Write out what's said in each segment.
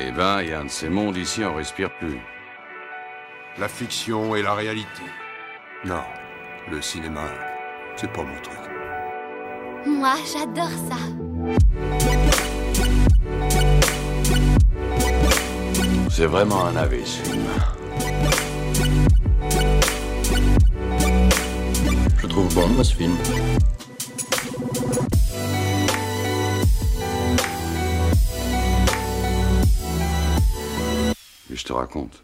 Eh ben, il y a un de ces mondes ici, on respire plus. La fiction et la réalité. Non, le cinéma, c'est pas mon truc. Moi, j'adore ça. C'est vraiment un navet, ce film. Je trouve bon, moi, ce film. Et je te raconte.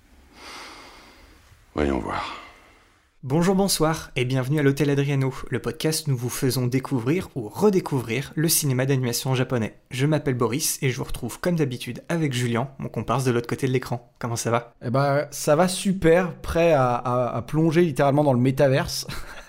Voyons voir. Bonjour, bonsoir et bienvenue à l'Hôtel Adriano, le podcast où nous vous faisons découvrir ou redécouvrir le cinéma d'animation japonais. Je m'appelle Boris et je vous retrouve comme d'habitude avec Julien, mon comparse de l'autre côté de l'écran. Comment ça va ? Eh ben, ça va super, prêt à plonger littéralement dans le métaverse.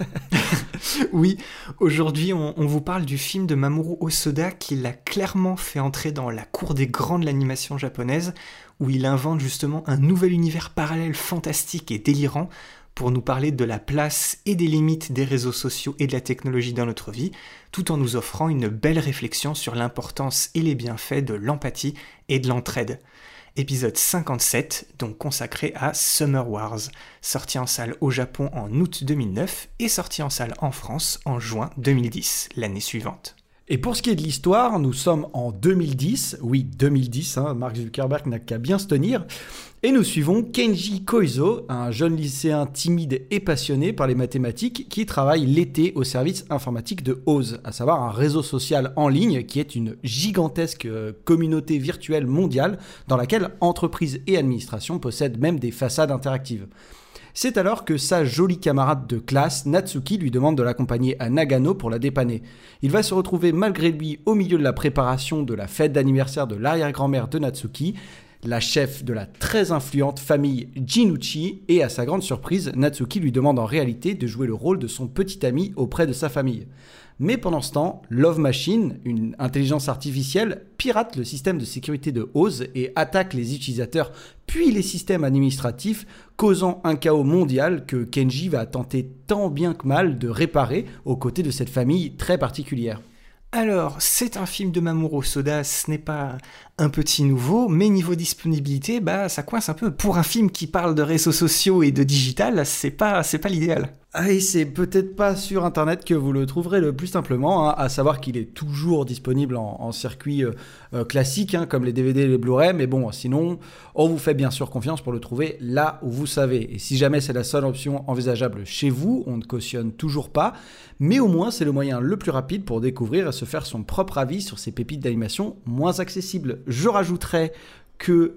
Oui, aujourd'hui on vous parle du film de Mamoru Hosoda qui l'a clairement fait entrer dans la cour des grands de l'animation japonaise, où il invente justement un nouvel univers parallèle fantastique et délirant pour nous parler de la place et des limites des réseaux sociaux et de la technologie dans notre vie, tout en nous offrant une belle réflexion sur l'importance et les bienfaits de l'empathie et de l'entraide. Épisode 57, donc consacré à Summer Wars, sorti en salle au Japon en août 2009 et sorti en salle en France en juin 2010, l'année suivante. Et pour ce qui est de l'histoire, nous sommes en 2010, oui 2010, Mark Zuckerberg n'a qu'à bien se tenir, et nous suivons Kenji Koizo, un jeune lycéen timide et passionné par les mathématiques qui travaille l'été au service informatique de Oz, à savoir un réseau social en ligne qui est une gigantesque communauté virtuelle mondiale dans laquelle entreprises et administrations possèdent même des façades interactives. C'est alors que sa jolie camarade de classe, Natsuki, lui demande de l'accompagner à Nagano pour la dépanner. Il va se retrouver malgré lui au milieu de la préparation de la fête d'anniversaire de l'arrière-grand-mère de Natsuki, la chef de la très influente famille Jinuchi, et à sa grande surprise, Natsuki lui demande en réalité de jouer le rôle de son petit ami auprès de sa famille. Mais pendant ce temps, Love Machine, une intelligence artificielle, pirate le système de sécurité de Oz et attaque les utilisateurs puis les systèmes administratifs, causant un chaos mondial que Kenji va tenter tant bien que mal de réparer aux côtés de cette famille très particulière. Alors, c'est un film de Mamoru Hosoda, ce n'est pas un petit nouveau, mais niveau disponibilité, ça coince un peu. Pour un film qui parle de réseaux sociaux et de digital, c'est pas l'idéal. Ah, et c'est peut-être pas sur internet que vous le trouverez le plus simplement, à savoir qu'il est toujours disponible en circuit classique, comme les DVD et les Blu-ray, mais bon, sinon, on vous fait bien sûr confiance pour le trouver là où vous savez. Et si jamais c'est la seule option envisageable chez vous, on ne cautionne toujours pas, mais au moins c'est le moyen le plus rapide pour découvrir et se faire son propre avis sur ces pépites d'animation moins accessibles. Je rajouterais que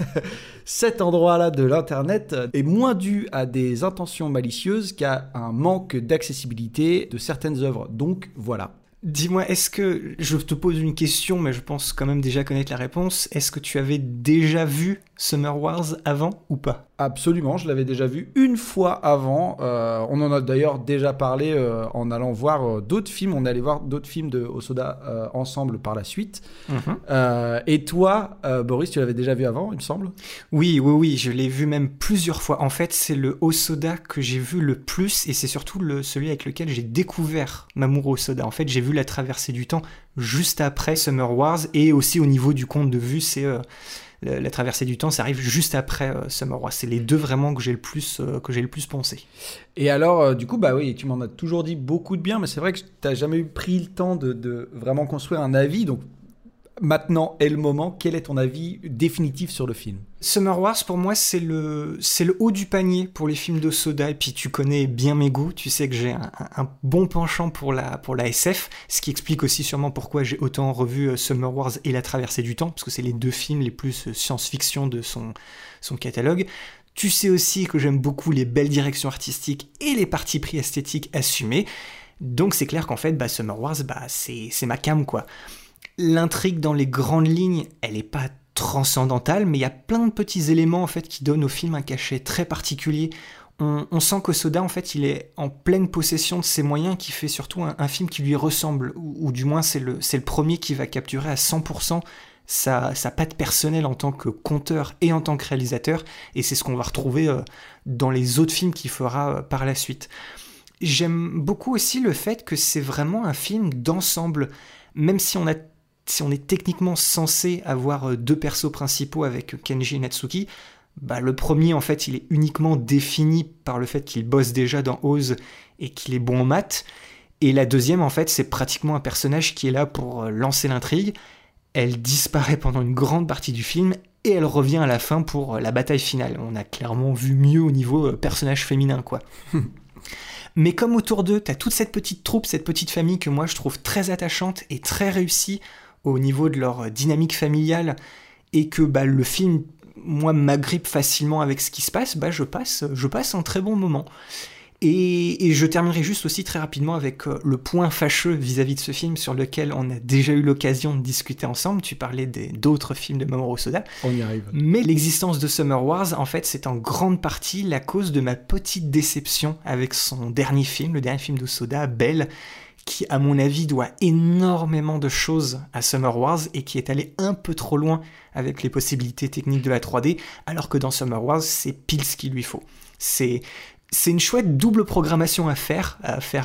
cet endroit-là de l'internet est moins dû à des intentions malicieuses qu'à un manque d'accessibilité de certaines œuvres. Donc voilà. Dis-moi, est-ce que, je te pose une question, mais je pense quand même déjà connaître la réponse, est-ce que tu avais déjà vu Summer Wars avant ou pas ? Absolument, je l'avais déjà vu une fois avant. On en a d'ailleurs déjà parlé en allant voir d'autres films. On est allé voir d'autres films de Hosoda ensemble par la suite. Et toi, Boris, tu l'avais déjà vu avant, il me semble ? Oui, je l'ai vu même plusieurs fois. En fait, c'est le Hosoda que j'ai vu le plus et c'est surtout celui avec lequel j'ai découvert Mamoru Hosoda. En fait, j'ai vu La Traversée du Temps juste après Summer Wars et aussi au niveau du compte de vue, c'est... La Traversée du Temps, ça arrive juste après Summer Wars. C'est les deux vraiment que j'ai le plus poncé. Et alors, du coup, oui, tu m'en as toujours dit beaucoup de bien, mais c'est vrai que tu n'as jamais pris le temps de vraiment construire un avis. Donc, maintenant est le moment. Quel est ton avis définitif sur le film ? Summer Wars, pour moi, c'est le haut du panier pour les films d'Hosoda. Et puis, tu connais bien mes goûts. Tu sais que j'ai un bon penchant pour la SF, ce qui explique aussi sûrement pourquoi j'ai autant revu Summer Wars et La Traversée du Temps, parce que c'est les deux films les plus science-fiction de son catalogue. Tu sais aussi que j'aime beaucoup les belles directions artistiques et les partis pris esthétiques assumés. Donc, c'est clair qu'en fait, Summer Wars, c'est ma came, quoi. L'intrigue dans les grandes lignes, elle est pas transcendantale, mais il y a plein de petits éléments en fait qui donnent au film un cachet très particulier. On sent qu'Hosoda, en fait, il est en pleine possession de ses moyens, qui fait surtout un film qui lui ressemble, ou du moins c'est le premier qui va capturer à 100% sa patte personnelle en tant que conteur et en tant que réalisateur, et c'est ce qu'on va retrouver dans les autres films qu'il fera par la suite. J'aime beaucoup aussi le fait que c'est vraiment un film d'ensemble, même si on a si on est techniquement censé avoir 2 persos principaux avec Kenji et Natsuki, bah le premier en fait il est uniquement défini par le fait qu'il bosse déjà dans Oz et qu'il est bon en maths, et la deuxième en fait c'est pratiquement un personnage qui est là pour lancer l'intrigue. Elle disparaît pendant une grande partie du film et elle revient à la fin pour la bataille finale. On a clairement vu mieux au niveau personnage féminin quoi. Mais comme autour d'eux, t'as toute cette petite troupe, cette petite famille que moi je trouve très attachante et très réussie au niveau de leur dynamique familiale, et que bah, le film, moi, m'agrippe facilement avec ce qui se passe, bah, je passe un très bon moment. Et je terminerai juste aussi très rapidement avec le point fâcheux vis-à-vis de ce film sur lequel on a déjà eu l'occasion de discuter ensemble. Tu parlais d'autres films de Mamoru Hosoda. On y arrive. Mais l'existence de Summer Wars, en fait, c'est en grande partie la cause de ma petite déception avec son dernier film, le dernier film d'Hosoda, Belle, qui, à mon avis, doit énormément de choses à Summer Wars et qui est allé un peu trop loin avec les possibilités techniques de la 3D, alors que dans Summer Wars, c'est pile ce qu'il lui faut. C'est une chouette double programmation à faire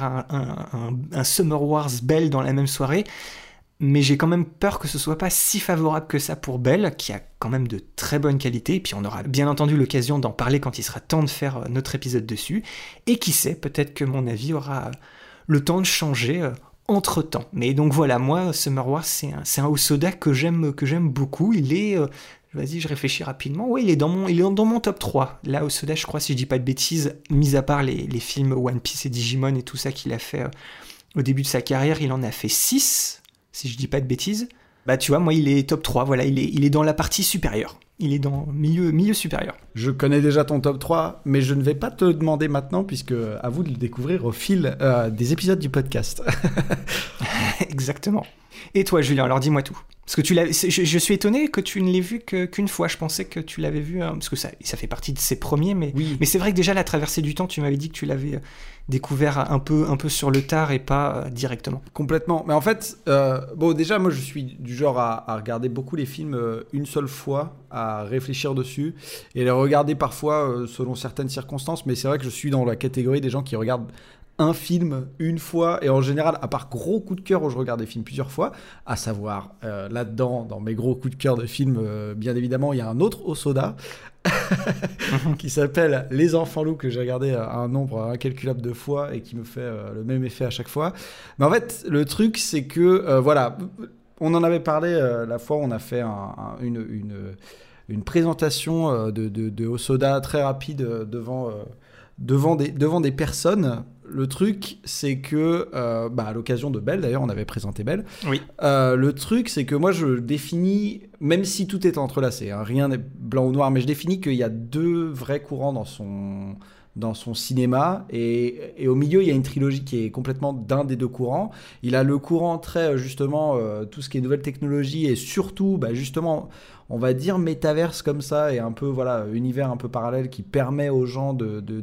un Summer Wars Belle dans la même soirée, mais j'ai quand même peur que ce soit pas si favorable que ça pour Belle, qui a quand même de très bonne qualité, et puis on aura bien entendu l'occasion d'en parler quand il sera temps de faire notre épisode dessus, et qui sait, peut-être que mon avis aura le temps de changer entre-temps. Mais donc voilà, moi, Summer Wars, c'est un Hosoda que j'aime beaucoup. Il est... Vas-y, je réfléchis rapidement. Oui, il est dans mon top 3. Là, Hosoda, je crois, si je dis pas de bêtises, mis à part les films One Piece et Digimon et tout ça qu'il a fait au début de sa carrière, il en a fait 6, si je dis pas de bêtises. Bah, tu vois, moi, il est top 3. Voilà, il est dans la partie supérieure. Il est dans milieu supérieur. Je connais déjà ton top 3, mais je ne vais pas te demander maintenant, puisque à vous de le découvrir au fil des épisodes du podcast. Exactement. Et toi, Julien, alors dis-moi tout. Parce que je suis étonné que tu ne l'aies vu qu'une fois. Je pensais que tu l'avais vu, parce que ça fait partie de ses premiers, mais, oui. Mais c'est vrai que déjà, la traversée du temps, tu m'avais dit que tu l'avais découvert un peu sur le tard et pas directement. Complètement. Mais en fait, déjà, moi, je suis du genre à regarder beaucoup les films une seule fois, à réfléchir dessus, et les regarder parfois selon certaines circonstances, mais c'est vrai que je suis dans la catégorie des gens qui regardent un film une fois, et en général, à part gros coup de cœur où je regarde des films plusieurs fois, à savoir là-dedans, dans mes gros coups de cœur de films, bien évidemment, il y a un autre Hosoda qui s'appelle Les Enfants Loups, que j'ai regardé un nombre incalculable de fois et qui me fait le même effet à chaque fois. Mais en fait, le truc, c'est que, voilà, on en avait parlé la fois où on a fait une présentation de Hosoda très rapide devant des personnes. Le truc, c'est que, à l'occasion de Belle, d'ailleurs, on avait présenté Belle. Oui. Le truc, c'est que moi, je définis, même si tout est entrelacé, hein, rien n'est blanc ou noir, mais je définis qu'il y a 2 vrais courants dans son cinéma, et au milieu, il y a une trilogie qui est complètement d'un des 2 courants. Il a le courant très, justement, tout ce qui est nouvelle technologie, et surtout, justement, on va dire métaverse comme ça, et un peu, voilà, univers un peu parallèle qui permet aux gens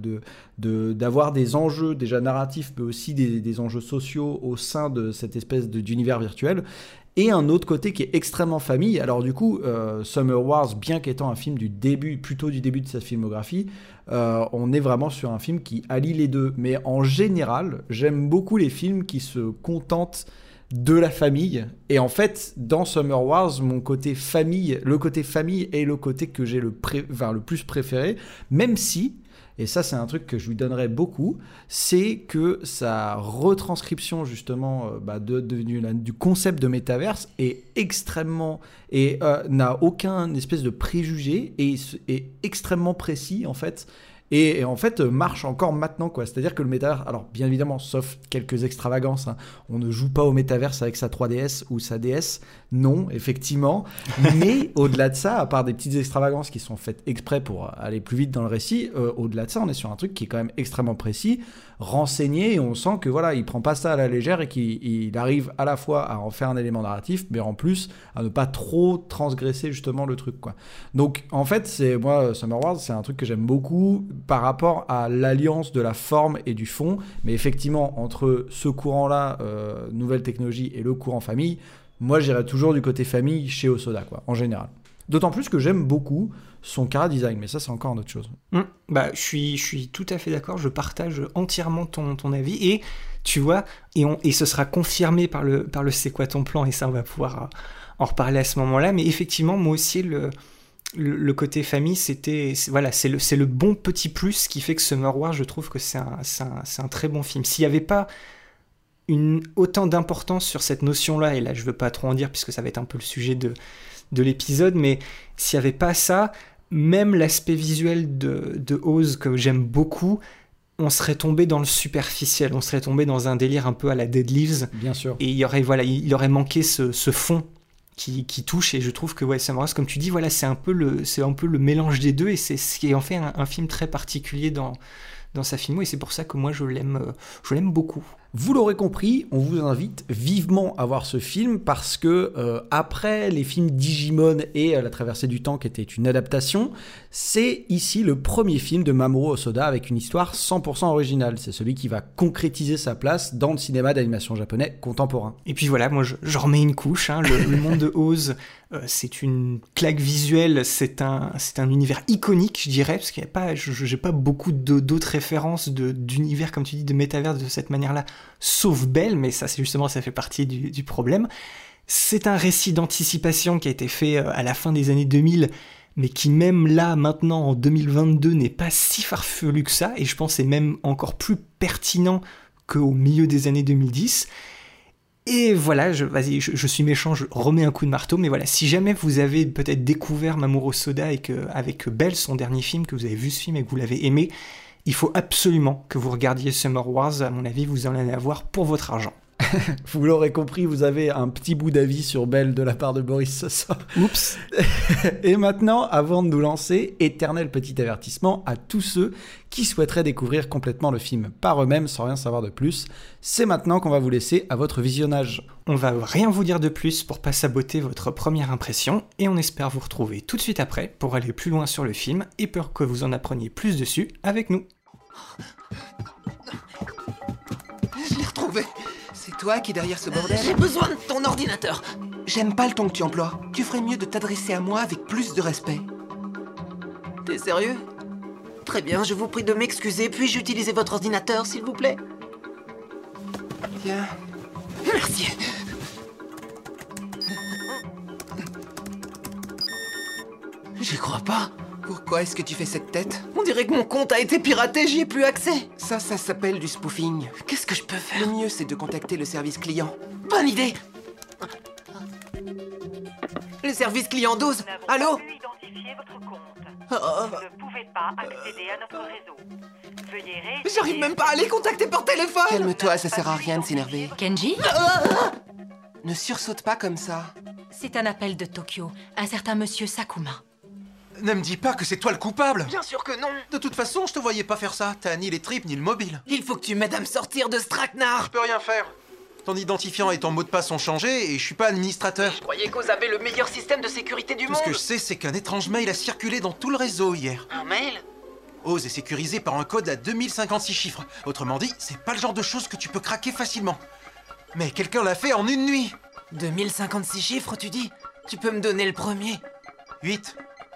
d'avoir des enjeux déjà narratifs, mais aussi des enjeux sociaux au sein de cette espèce d'univers virtuel. Et un autre côté qui est extrêmement famille. Alors du coup, Summer Wars, bien qu'étant un film plutôt du début de sa filmographie, on est vraiment sur un film qui allie les 2. Mais en général, j'aime beaucoup les films qui se contentent de la famille. Et en fait, dans Summer Wars, le côté famille est le côté que j'ai le plus préféré, même si, et ça c'est un truc que je lui donnerais beaucoup, c'est que sa retranscription justement du concept de métaverse est extrêmement, et n'a aucun espèce de préjugé, et est extrêmement précis en fait. Et en fait, marche encore maintenant, quoi. C'est-à-dire que le métaverse, alors bien évidemment, sauf quelques extravagances, hein, on ne joue pas au métaverse avec sa 3DS ou sa DS, non, effectivement. Mais au-delà de ça, à part des petites extravagances qui sont faites exprès pour aller plus vite dans le récit, au-delà de ça, on est sur un truc qui est quand même extrêmement précis, renseigné, et on sent que voilà, il prend pas ça à la légère et qu'il arrive à la fois à en faire un élément narratif, mais en plus à ne pas trop transgresser justement le truc, quoi. Donc en fait, Summer Wars, c'est un truc que j'aime beaucoup par rapport à l'alliance de la forme et du fond, mais effectivement entre ce courant-là, nouvelle technologie, et le courant famille, moi j'irais toujours du côté famille chez Hosoda, quoi, en général. D'autant plus que j'aime beaucoup son chara-design, mais ça c'est encore une autre chose. Je suis tout à fait d'accord, je partage entièrement ton avis, et tu vois, et ce sera confirmé par le c'est quoi ton plan, et ça on va pouvoir en reparler à ce moment-là, mais effectivement moi aussi le côté famille c'est le bon petit plus qui fait que Summer Wars, je trouve que c'est un très bon film. S'il n'y avait pas autant d'importance sur cette notion-là, et là je veux pas trop en dire puisque ça va être un peu le sujet de l'épisode, mais s'il n'y avait pas ça, même l'aspect visuel de Oz que j'aime beaucoup, on serait tombé dans le superficiel, on serait tombé dans un délire un peu à la Dead Leaves. Bien sûr. Et il aurait manqué ce fond qui touche, et je trouve que Summer Wars, comme tu dis, c'est un peu le mélange des deux, et c'est ce qui en fait un film très particulier dans sa filmo, et c'est pour ça que moi je l'aime beaucoup. Vous l'aurez compris, on vous invite vivement à voir ce film parce que après les films Digimon et La Traversée du Temps qui était une adaptation, c'est ici le premier film de Mamoru Hosoda avec une histoire 100% originale. C'est celui qui va concrétiser sa place dans le cinéma d'animation japonais contemporain. Et puis voilà, moi je remets une couche, hein, le monde de Oz, c'est une claque visuelle, c'est un univers iconique, je dirais, parce qu'il y a pas, j'ai pas beaucoup d'autres références d'univers, comme tu dis, de métaverse de cette manière-là, sauf Belle, mais ça fait partie du problème. C'est un récit d'anticipation qui a été fait à la fin des années 2000, mais qui même là, maintenant, en 2022, n'est pas si farfelu que ça, et je pense que c'est même encore plus pertinent qu'au milieu des années 2010. Et voilà, je suis méchant, je remets un coup de marteau, mais voilà, si jamais vous avez peut-être découvert Mamoru Hosoda avec Belle, son dernier film, que vous avez vu ce film et que vous l'avez aimé, il faut absolument que vous regardiez Summer Wars. À mon avis, vous en allez avoir pour votre argent. Vous l'aurez compris, vous avez un petit bout d'avis sur Belle de la part de Boris ce soir. Oups. Et maintenant, avant de nous lancer, éternel petit avertissement à tous ceux qui souhaiteraient découvrir complètement le film par eux-mêmes sans rien savoir de plus. C'est maintenant qu'on va vous laisser à votre visionnage. On va rien vous dire de plus pour pas saboter votre première impression, et on espère vous retrouver tout de suite après pour aller plus loin sur le film et pour que vous en appreniez plus dessus avec nous. Je l'ai retrouvé. C'est toi qui es derrière ce bordel. J'ai besoin de ton ordinateur. J'aime pas le ton que tu emploies. Tu ferais mieux de t'adresser à moi avec plus de respect. T'es sérieux? Très bien, je vous prie de m'excuser. Puis-je utiliser votre ordinateur, s'il vous plaît? Tiens. Merci. J'y crois pas. Pourquoi est-ce que tu fais cette tête? On dirait que mon compte a été piraté, j'y ai plus accès. Ça s'appelle du spoofing. Qu'est-ce que je peux faire? Le mieux, c'est de contacter le service client. Bonne idée. Le service client 12. Allô? Nous n'avons pas pu identifier votre compte. Vous ne pouvez pas accéder à notre réseau. Veuillez réessayer. J'arrive même pas à les contacter par téléphone. Calme-toi, ça sert à rien de s'énerver. Kenji? Ne sursaute pas comme ça. C'est un appel de Tokyo. Un certain monsieur Sakuma. Ne me dis pas que c'est toi le coupable. Bien sûr que non. De toute façon, je te voyais pas faire ça. T'as ni les tripes ni le mobile. Il faut que tu m'aides à me sortir de ce traquenard. Je peux rien faire. Ton identifiant et ton mot de passe ont changé et je suis pas administrateur. Je croyais qu'Oz avait le meilleur système de sécurité du Tout monde. ce que je sais, c'est qu'un étrange mail a circulé dans tout le réseau hier. Un mail? Oz est sécurisé par un code à 2056 chiffres. Autrement dit, c'est pas le genre de choses que tu peux craquer facilement. Mais quelqu'un l'a fait en une nuit. 2056 chiffres, tu dis? Tu peux me donner le premier? 8.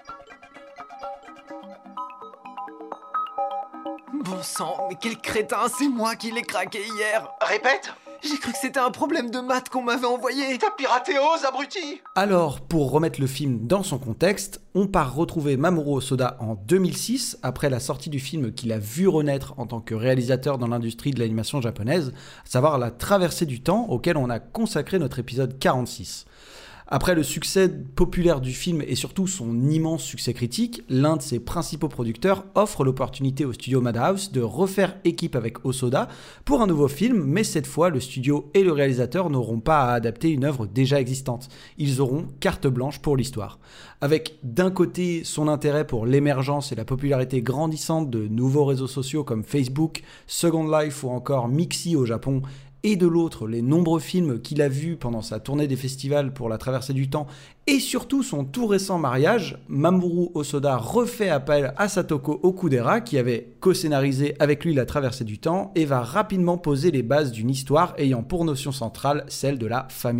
Bon sang, mais quel crétin, c'est moi qui l'ai craqué hier. Répète. J'ai cru que c'était un problème de maths qu'on m'avait envoyé. T'as piraté Oz, abruti. Alors, pour remettre le film dans son contexte, on part retrouver Mamoru Hosoda en 2006, après la sortie du film qu'il a vu renaître en tant que réalisateur dans l'industrie de l'animation japonaise, à savoir La Traversée du Temps, auquel on a consacré notre épisode 46. Après le succès populaire du film et surtout son immense succès critique, l'un de ses principaux producteurs offre l'opportunité au studio Madhouse de refaire équipe avec Hosoda pour un nouveau film, mais cette fois, le studio et le réalisateur n'auront pas à adapter une œuvre déjà existante. Ils auront carte blanche pour l'histoire. Avec d'un côté son intérêt pour l'émergence et la popularité grandissante de nouveaux réseaux sociaux comme Facebook, Second Life ou encore Mixi au Japon, et de l'autre, les nombreux films qu'il a vus pendant sa tournée des festivals pour La Traversée du Temps, et surtout son tout récent mariage, Mamoru Hosoda refait appel à Satoko Okudera, qui avait co-scénarisé avec lui La Traversée du Temps, et va rapidement poser les bases d'une histoire ayant pour notion centrale celle de la famille.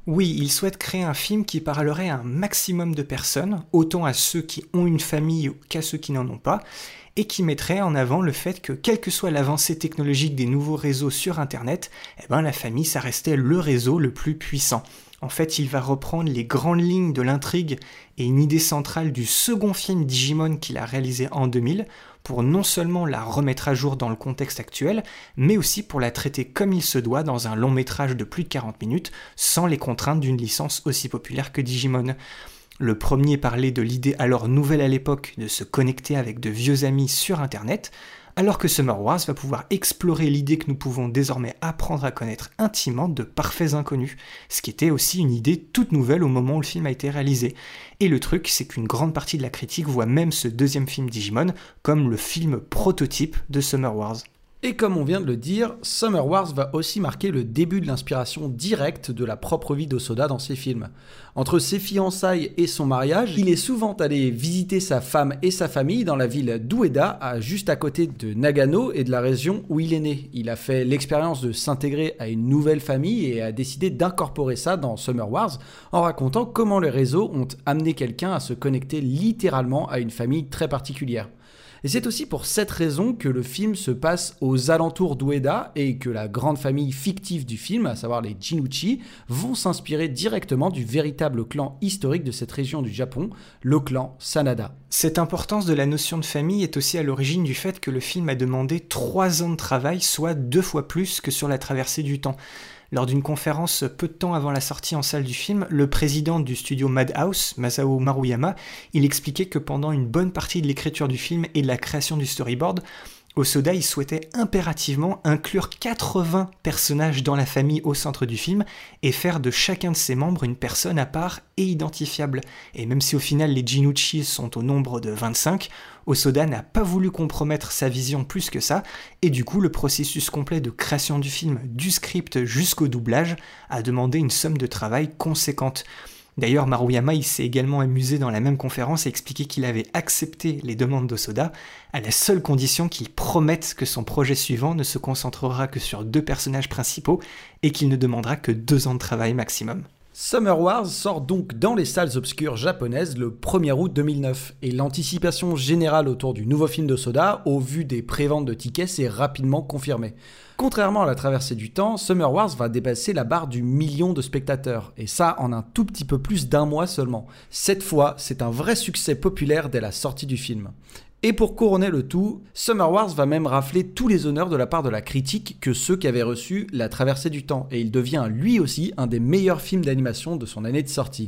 Oui, il souhaite créer un film qui parlerait à un maximum de personnes, autant à ceux qui ont une famille qu'à ceux qui n'en ont pas, et qui mettrait en avant le fait que, quelle que soit l'avancée technologique des nouveaux réseaux sur Internet, la famille, ça restait le réseau le plus puissant. En fait, il va reprendre les grandes lignes de l'intrigue et une idée centrale du second film Digimon qu'il a réalisé en 2000, pour non seulement la remettre à jour dans le contexte actuel, mais aussi pour la traiter comme il se doit dans un long métrage de plus de 40 minutes, sans les contraintes d'une licence aussi populaire que Digimon. Le premier parlait de l'idée alors nouvelle à l'époque de se connecter avec de vieux amis sur Internet, alors que Summer Wars va pouvoir explorer l'idée que nous pouvons désormais apprendre à connaître intimement de parfaits inconnus, ce qui était aussi une idée toute nouvelle au moment où le film a été réalisé. Et le truc, c'est qu'une grande partie de la critique voit même ce deuxième film Digimon comme le film prototype de Summer Wars. Et comme on vient de le dire, Summer Wars va aussi marquer le début de l'inspiration directe de la propre vie d'Hosoda dans ses films. Entre ses fiançailles et son mariage, il est souvent allé visiter sa femme et sa famille dans la ville d'Ueda, juste à côté de Nagano et de la région où il est né. Il a fait l'expérience de s'intégrer à une nouvelle famille et a décidé d'incorporer ça dans Summer Wars en racontant comment les réseaux ont amené quelqu'un à se connecter littéralement à une famille très particulière. Et c'est aussi pour cette raison que le film se passe aux alentours d'Ueda et que la grande famille fictive du film, à savoir les Jinouchi, vont s'inspirer directement du véritable clan historique de cette région du Japon, le clan Sanada. Cette importance de la notion de famille est aussi à l'origine du fait que le film a demandé 3 ans de travail, soit 2 fois plus que sur la traversée du temps. Lors d'une conférence peu de temps avant la sortie en salle du film, le président du studio Madhouse, Masao Maruyama, il expliquait que pendant une bonne partie de l'écriture du film et de la création du storyboard, Hosoda il souhaitait impérativement inclure 80 personnages dans la famille au centre du film et faire de chacun de ses membres une personne à part et identifiable. Et même si au final les Jinouchi sont au nombre de 25, Hosoda n'a pas voulu compromettre sa vision plus que ça, et du coup le processus complet de création du film, du script jusqu'au doublage, a demandé une somme de travail conséquente. D'ailleurs, Maruyama il s'est également amusé dans la même conférence et expliqué qu'il avait accepté les demandes d'Hosoda à la seule condition qu'il promette que son projet suivant ne se concentrera que sur 2 personnages principaux et qu'il ne demandera que 2 ans de travail maximum. Summer Wars sort donc dans les salles obscures japonaises le 1er août 2009 et l'anticipation générale autour du nouveau film d'Hosoda, au vu des préventes de tickets, s'est rapidement confirmée. Contrairement à la traversée du temps, Summer Wars va dépasser la barre du million de spectateurs, et ça en un tout petit peu plus d'1 mois seulement. Cette fois, c'est un vrai succès populaire dès la sortie du film. Et pour couronner le tout, Summer Wars va même rafler tous les honneurs de la part de la critique que ceux qui avaient reçu la traversée du temps, et il devient lui aussi un des meilleurs films d'animation de son année de sortie.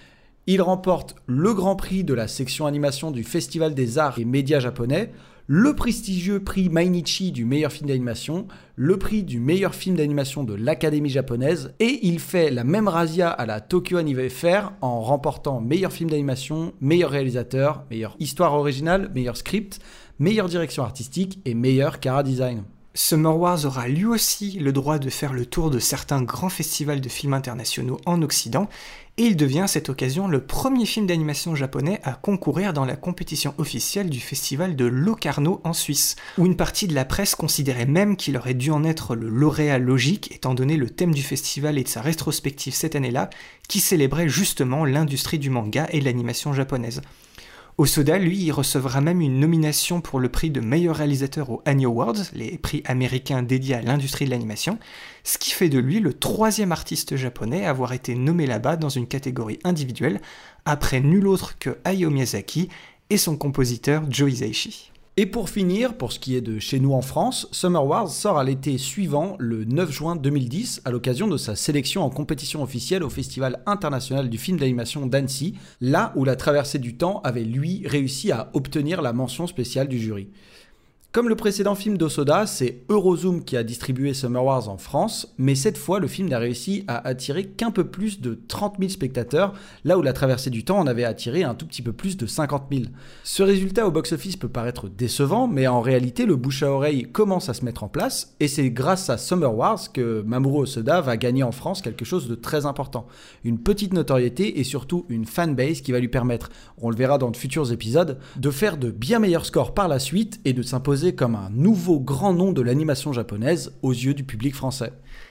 Il remporte le grand prix de la section animation du Festival des Arts et Médias japonais, le prestigieux prix Mainichi du meilleur film d'animation, le prix du meilleur film d'animation de l'Académie japonaise, et il fait la même razzia à la Tokyo Anime Fair en remportant meilleur film d'animation, meilleur réalisateur, meilleure histoire originale, meilleur script, meilleure direction artistique et meilleur chara design. Summer Wars aura lui aussi le droit de faire le tour de certains grands festivals de films internationaux en Occident, et il devient à cette occasion le premier film d'animation japonais à concourir dans la compétition officielle du festival de Locarno en Suisse, où une partie de la presse considérait même qu'il aurait dû en être le lauréat logique étant donné le thème du festival et de sa rétrospective cette année-là, qui célébrait justement l'industrie du manga et de l'animation japonaise. Hosoda, lui, il recevra même une nomination pour le prix de meilleur réalisateur aux Annie Awards, les prix américains dédiés à l'industrie de l'animation, ce qui fait de lui le 3e artiste japonais à avoir été nommé là-bas dans une catégorie individuelle, après nul autre que Hayao Miyazaki et son compositeur Joe Hisaishi. Et pour finir, pour ce qui est de chez nous en France, Summer Wars sort à l'été suivant, le 9 juin 2010, à l'occasion de sa sélection en compétition officielle au Festival international du film d'animation d'Annecy, là où la traversée du temps avait lui réussi à obtenir la mention spéciale du jury. Comme le précédent film d'Hosoda, c'est Eurozoom qui a distribué Summer Wars en France, mais cette fois, le film n'a réussi à attirer qu'un peu plus de 30 000 spectateurs, là où la traversée du temps en avait attiré un tout petit peu plus de 50 000. Ce résultat au box-office peut paraître décevant, mais en réalité, le bouche à oreille commence à se mettre en place, et c'est grâce à Summer Wars que Mamoru Hosoda va gagner en France quelque chose de très important. Une petite notoriété et surtout une fanbase qui va lui permettre, on le verra dans de futurs épisodes, de faire de bien meilleurs scores par la suite et de s'imposer comme un nouveau grand nom de l'animation japonaise aux yeux du public français.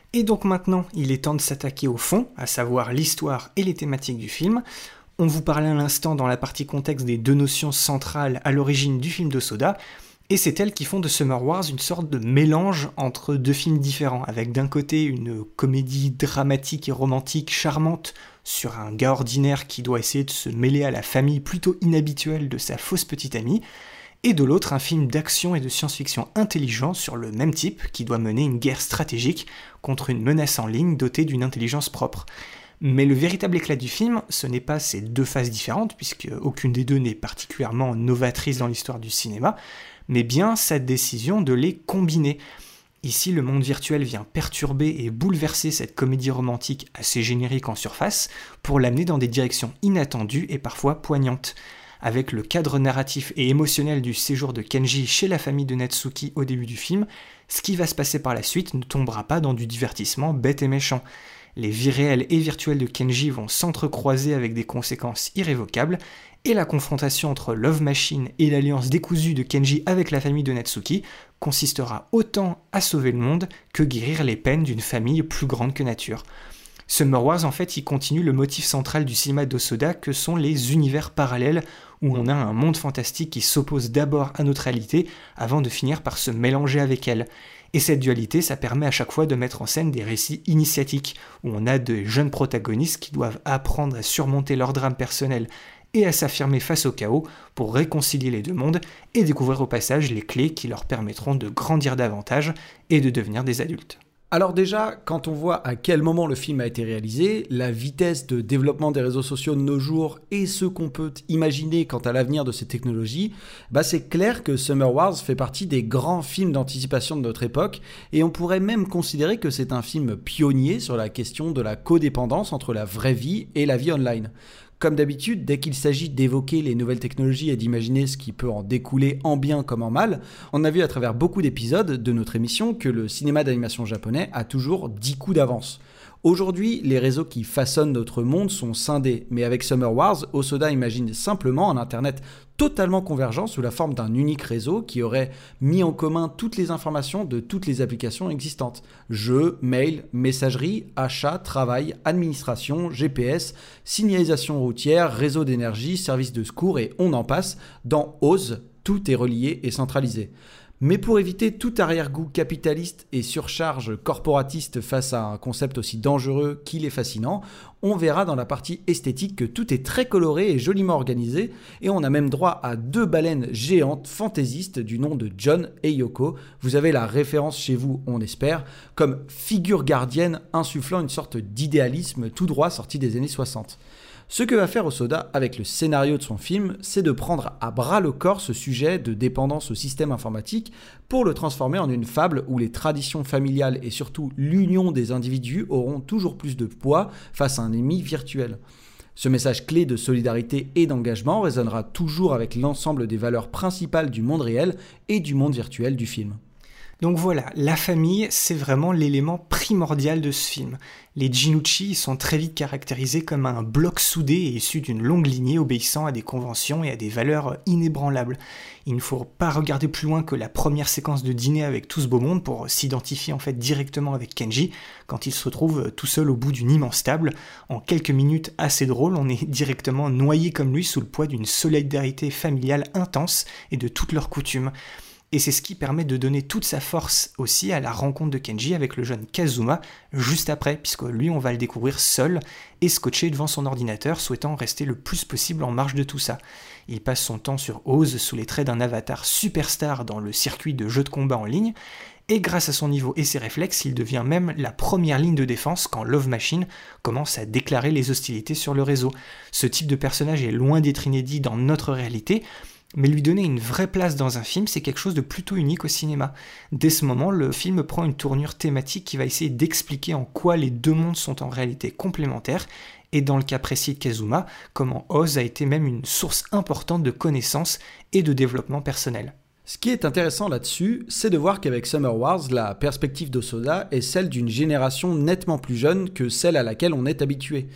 Et donc maintenant, il est temps de s'attaquer au fond, à savoir l'histoire et les thématiques du film. On vous parlait à l'instant dans la partie contexte des deux notions centrales à l'origine du film de Soda, et c'est elles qui font de Summer Wars une sorte de mélange entre deux films différents, avec d'un côté une comédie dramatique et romantique charmante sur un gars ordinaire qui doit essayer de se mêler à la famille plutôt inhabituelle de sa fausse petite amie, et de l'autre un film d'action et de science-fiction intelligent sur le même type qui doit mener une guerre stratégique contre une menace en ligne dotée d'une intelligence propre. Mais le véritable éclat du film, ce n'est pas ces deux phases différentes, puisque aucune des deux n'est particulièrement novatrice dans l'histoire du cinéma, mais bien sa décision de les combiner. Ici, le monde virtuel vient perturber et bouleverser cette comédie romantique assez générique en surface pour l'amener dans des directions inattendues et parfois poignantes. Avec le cadre narratif et émotionnel du séjour de Kenji chez la famille de Natsuki au début du film, ce qui va se passer par la suite ne tombera pas dans du divertissement bête et méchant. Les vies réelles et virtuelles de Kenji vont s'entrecroiser avec des conséquences irrévocables, et la confrontation entre Love Machine et l'alliance décousue de Kenji avec la famille de Natsuki consistera autant à sauver le monde que guérir les peines d'une famille plus grande que nature. Summer Wars, en fait, il continue le motif central du cinéma d'Osoda que sont les univers parallèles où on a un monde fantastique qui s'oppose d'abord à notre réalité avant de finir par se mélanger avec elle. Et cette dualité, ça permet à chaque fois de mettre en scène des récits initiatiques où on a de jeunes protagonistes qui doivent apprendre à surmonter leur drame personnel et à s'affirmer face au chaos pour réconcilier les deux mondes et découvrir au passage les clés qui leur permettront de grandir davantage et de devenir des adultes. Alors déjà, quand on voit à quel moment le film a été réalisé, la vitesse de développement des réseaux sociaux de nos jours et ce qu'on peut imaginer quant à l'avenir de ces technologies, c'est clair que Summer Wars fait partie des grands films d'anticipation de notre époque et on pourrait même considérer que c'est un film pionnier sur la question de la codépendance entre la vraie vie et la vie online. Comme d'habitude, dès qu'il s'agit d'évoquer les nouvelles technologies et d'imaginer ce qui peut en découler en bien comme en mal, on a vu à travers beaucoup d'épisodes de notre émission que le cinéma d'animation japonais a toujours 10 coups d'avance. Aujourd'hui, les réseaux qui façonnent notre monde sont scindés, mais avec Summer Wars, Osoda imagine simplement un internet totalement convergent sous la forme d'un unique réseau qui aurait mis en commun toutes les informations de toutes les applications existantes. Jeux, mails, messagerie, achats, travail, administration, GPS, signalisation routière, réseau d'énergie, services de secours et on en passe. Dans Oz, tout est relié et centralisé. Mais pour éviter tout arrière-goût capitaliste et surcharge corporatiste face à un concept aussi dangereux qu'il est fascinant, on verra dans la partie esthétique que tout est très coloré et joliment organisé, et on a même droit à 2 baleines géantes fantaisistes du nom de John et Yoko. Vous avez la référence chez vous, on espère, comme figure gardienne insufflant une sorte d'idéalisme tout droit sorti des années 60. Ce que va faire Osoda avec le scénario de son film, c'est de prendre à bras le corps ce sujet de dépendance au système informatique pour le transformer en une fable où les traditions familiales et surtout l'union des individus auront toujours plus de poids face à un ennemi virtuel. Ce message clé de solidarité et d'engagement résonnera toujours avec l'ensemble des valeurs principales du monde réel et du monde virtuel du film. Donc voilà, la famille, c'est vraiment l'élément primordial de ce film. Les Jinuchi sont très vite caractérisés comme un bloc soudé et issu d'une longue lignée obéissant à des conventions et à des valeurs inébranlables. Il ne faut pas regarder plus loin que la première séquence de dîner avec tout ce beau monde pour s'identifier en fait directement avec Kenji quand il se retrouve tout seul au bout d'une immense table. En quelques minutes assez drôles, on est directement noyé comme lui sous le poids d'une solidarité familiale intense et de toutes leurs coutumes. Et c'est ce qui permet de donner toute sa force aussi à la rencontre de Kenji avec le jeune Kazuma juste après, puisque lui on va le découvrir seul et scotché devant son ordinateur, souhaitant rester le plus possible en marge de tout ça. Il passe son temps sur Oz sous les traits d'un avatar superstar dans le circuit de jeux de combat en ligne, et grâce à son niveau et ses réflexes, il devient même la première ligne de défense quand Love Machine commence à déclarer les hostilités sur le réseau. Ce type de personnage est loin d'être inédit dans notre réalité, mais lui donner une vraie place dans un film, c'est quelque chose de plutôt unique au cinéma. Dès ce moment, le film prend une tournure thématique qui va essayer d'expliquer en quoi les deux mondes sont en réalité complémentaires, et dans le cas précis de Kazuma, comment Oz a été même une source importante de connaissances et de développement personnel. Ce qui est intéressant là-dessus, c'est de voir qu'avec Summer Wars, la perspective d'Osoda est celle d'une génération nettement plus jeune que celle à laquelle on est habitué.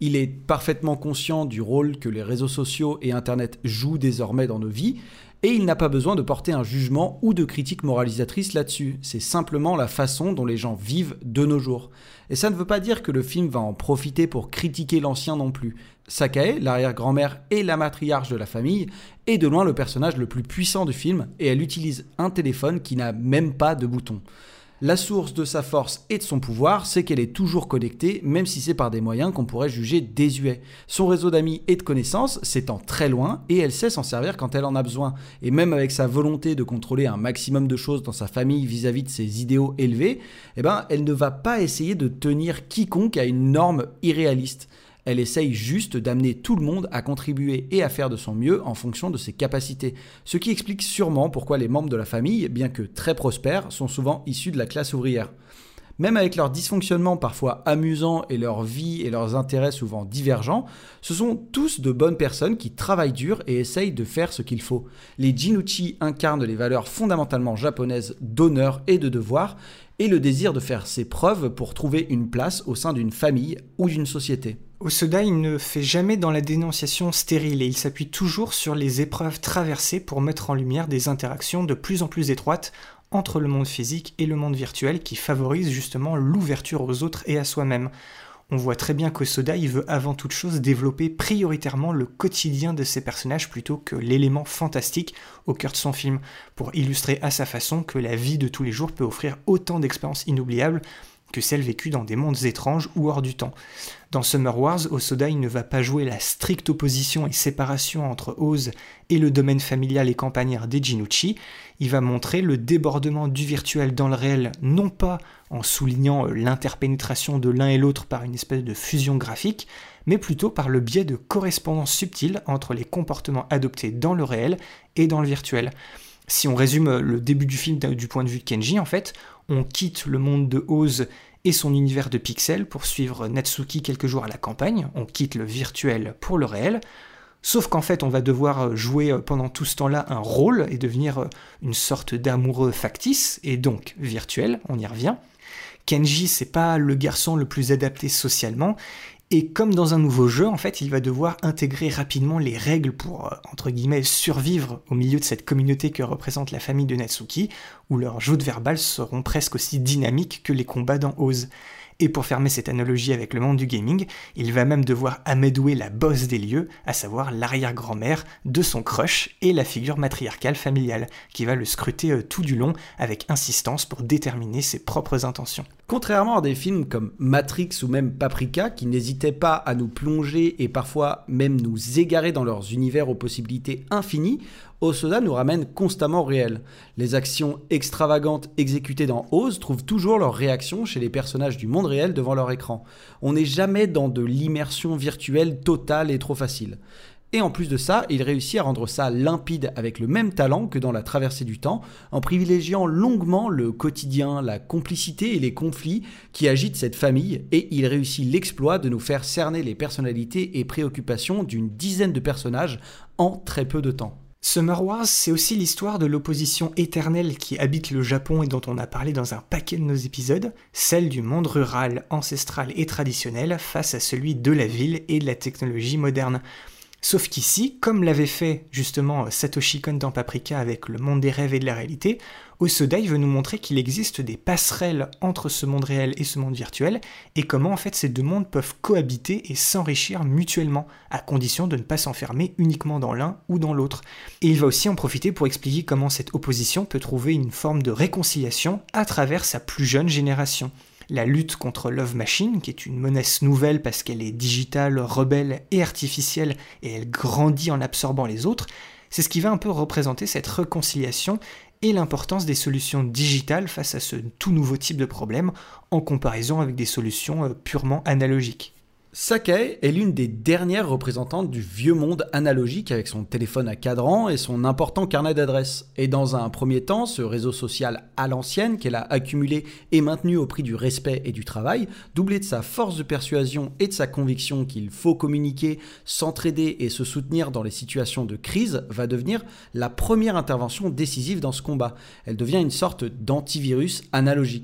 Il est parfaitement conscient du rôle que les réseaux sociaux et Internet jouent désormais dans nos vies, et il n'a pas besoin de porter un jugement ou de critique moralisatrice là-dessus. C'est simplement la façon dont les gens vivent de nos jours. Et ça ne veut pas dire que le film va en profiter pour critiquer l'ancien non plus. Sakae, l'arrière-grand-mère et la matriarche de la famille, est de loin le personnage le plus puissant du film, et elle utilise un téléphone qui n'a même pas de bouton. La source de sa force et de son pouvoir, c'est qu'elle est toujours connectée, même si c'est par des moyens qu'on pourrait juger désuets. Son réseau d'amis et de connaissances s'étend très loin, et elle sait s'en servir quand elle en a besoin. Et même avec sa volonté de contrôler un maximum de choses dans sa famille vis-à-vis de ses idéaux élevés, elle ne va pas essayer de tenir quiconque à une norme irréaliste. Elle essaye juste d'amener tout le monde à contribuer et à faire de son mieux en fonction de ses capacités. Ce qui explique sûrement pourquoi les membres de la famille, bien que très prospères, sont souvent issus de la classe ouvrière. Même avec leurs dysfonctionnements parfois amusants et leur vie et leurs intérêts souvent divergents, ce sont tous de bonnes personnes qui travaillent dur et essayent de faire ce qu'il faut. Les Jinuchi incarnent les valeurs fondamentalement japonaises d'honneur et de devoir, et le désir de faire ses preuves pour trouver une place au sein d'une famille ou d'une société. Hosoda, il ne fait jamais dans la dénonciation stérile et il s'appuie toujours sur les épreuves traversées pour mettre en lumière des interactions de plus en plus étroites entre le monde physique et le monde virtuel qui favorisent justement l'ouverture aux autres et à soi-même. On voit très bien qu'Hosoda, il veut avant toute chose développer prioritairement le quotidien de ses personnages plutôt que l'élément fantastique au cœur de son film, pour illustrer à sa façon que la vie de tous les jours peut offrir autant d'expériences inoubliables que celles vécues dans des mondes étranges ou hors du temps. Dans Summer Wars, Hosoda il ne va pas jouer la stricte opposition et séparation entre Oz et le domaine familial et campagnard des Jinuchi, il va montrer le débordement du virtuel dans le réel, non pas en soulignant l'interpénétration de l'un et l'autre par une espèce de fusion graphique, mais plutôt par le biais de correspondances subtiles entre les comportements adoptés dans le réel et dans le virtuel. Si on résume le début du film du point de vue de Kenji, en fait, on quitte le monde de Oz et son univers de pixels pour suivre Natsuki quelques jours à la campagne, on quitte le virtuel pour le réel, sauf qu'en fait on va devoir jouer pendant tout ce temps-là un rôle et devenir une sorte d'amoureux factice, et donc virtuel, on y revient. Kenji, c'est pas le garçon le plus adapté socialement, et comme dans un nouveau jeu, en fait, il va devoir intégrer rapidement les règles pour, entre guillemets, survivre au milieu de cette communauté que représente la famille de Natsuki, où leurs joutes verbales seront presque aussi dynamiques que les combats dans Oz. Et pour fermer cette analogie avec le monde du gaming, il va même devoir amadouer la boss des lieux, à savoir l'arrière-grand-mère de son crush et la figure matriarcale familiale, qui va le scruter tout du long avec insistance pour déterminer ses propres intentions. Contrairement à des films comme Matrix ou même Paprika, qui n'hésitaient pas à nous plonger et parfois même nous égarer dans leurs univers aux possibilités infinies, Hosoda nous ramène constamment au réel. Les actions extravagantes exécutées dans Oz trouvent toujours leur réaction chez les personnages du monde réel devant leur écran. On n'est jamais dans de l'immersion virtuelle totale et trop facile. Et en plus de ça, il réussit à rendre ça limpide avec le même talent que dans La Traversée du Temps, en privilégiant longuement le quotidien, la complicité et les conflits qui agitent cette famille, et il réussit l'exploit de nous faire cerner les personnalités et préoccupations d'une dizaine de personnages en très peu de temps. Summer Wars, c'est aussi l'histoire de l'opposition éternelle qui habite le Japon et dont on a parlé dans un paquet de nos épisodes, celle du monde rural, ancestral et traditionnel face à celui de la ville et de la technologie moderne. Sauf qu'ici, comme l'avait fait justement Satoshi Kon dans Paprika avec le monde des rêves et de la réalité, Hosoda veut nous montrer qu'il existe des passerelles entre ce monde réel et ce monde virtuel, et comment en fait ces deux mondes peuvent cohabiter et s'enrichir mutuellement, à condition de ne pas s'enfermer uniquement dans l'un ou dans l'autre. Et il va aussi en profiter pour expliquer comment cette opposition peut trouver une forme de réconciliation à travers sa plus jeune génération. La lutte contre Love Machine, qui est une menace nouvelle parce qu'elle est digitale, rebelle et artificielle, et elle grandit en absorbant les autres, c'est ce qui va un peu représenter cette réconciliation et l'importance des solutions digitales face à ce tout nouveau type de problème, en comparaison avec des solutions purement analogiques. Sakae est l'une des dernières représentantes du vieux monde analogique avec son téléphone à cadran et son important carnet d'adresses. Et dans un premier temps, ce réseau social à l'ancienne qu'elle a accumulé et maintenu au prix du respect et du travail, doublé de sa force de persuasion et de sa conviction qu'il faut communiquer, s'entraider et se soutenir dans les situations de crise, va devenir la première intervention décisive dans ce combat. Elle devient une sorte d'antivirus analogique.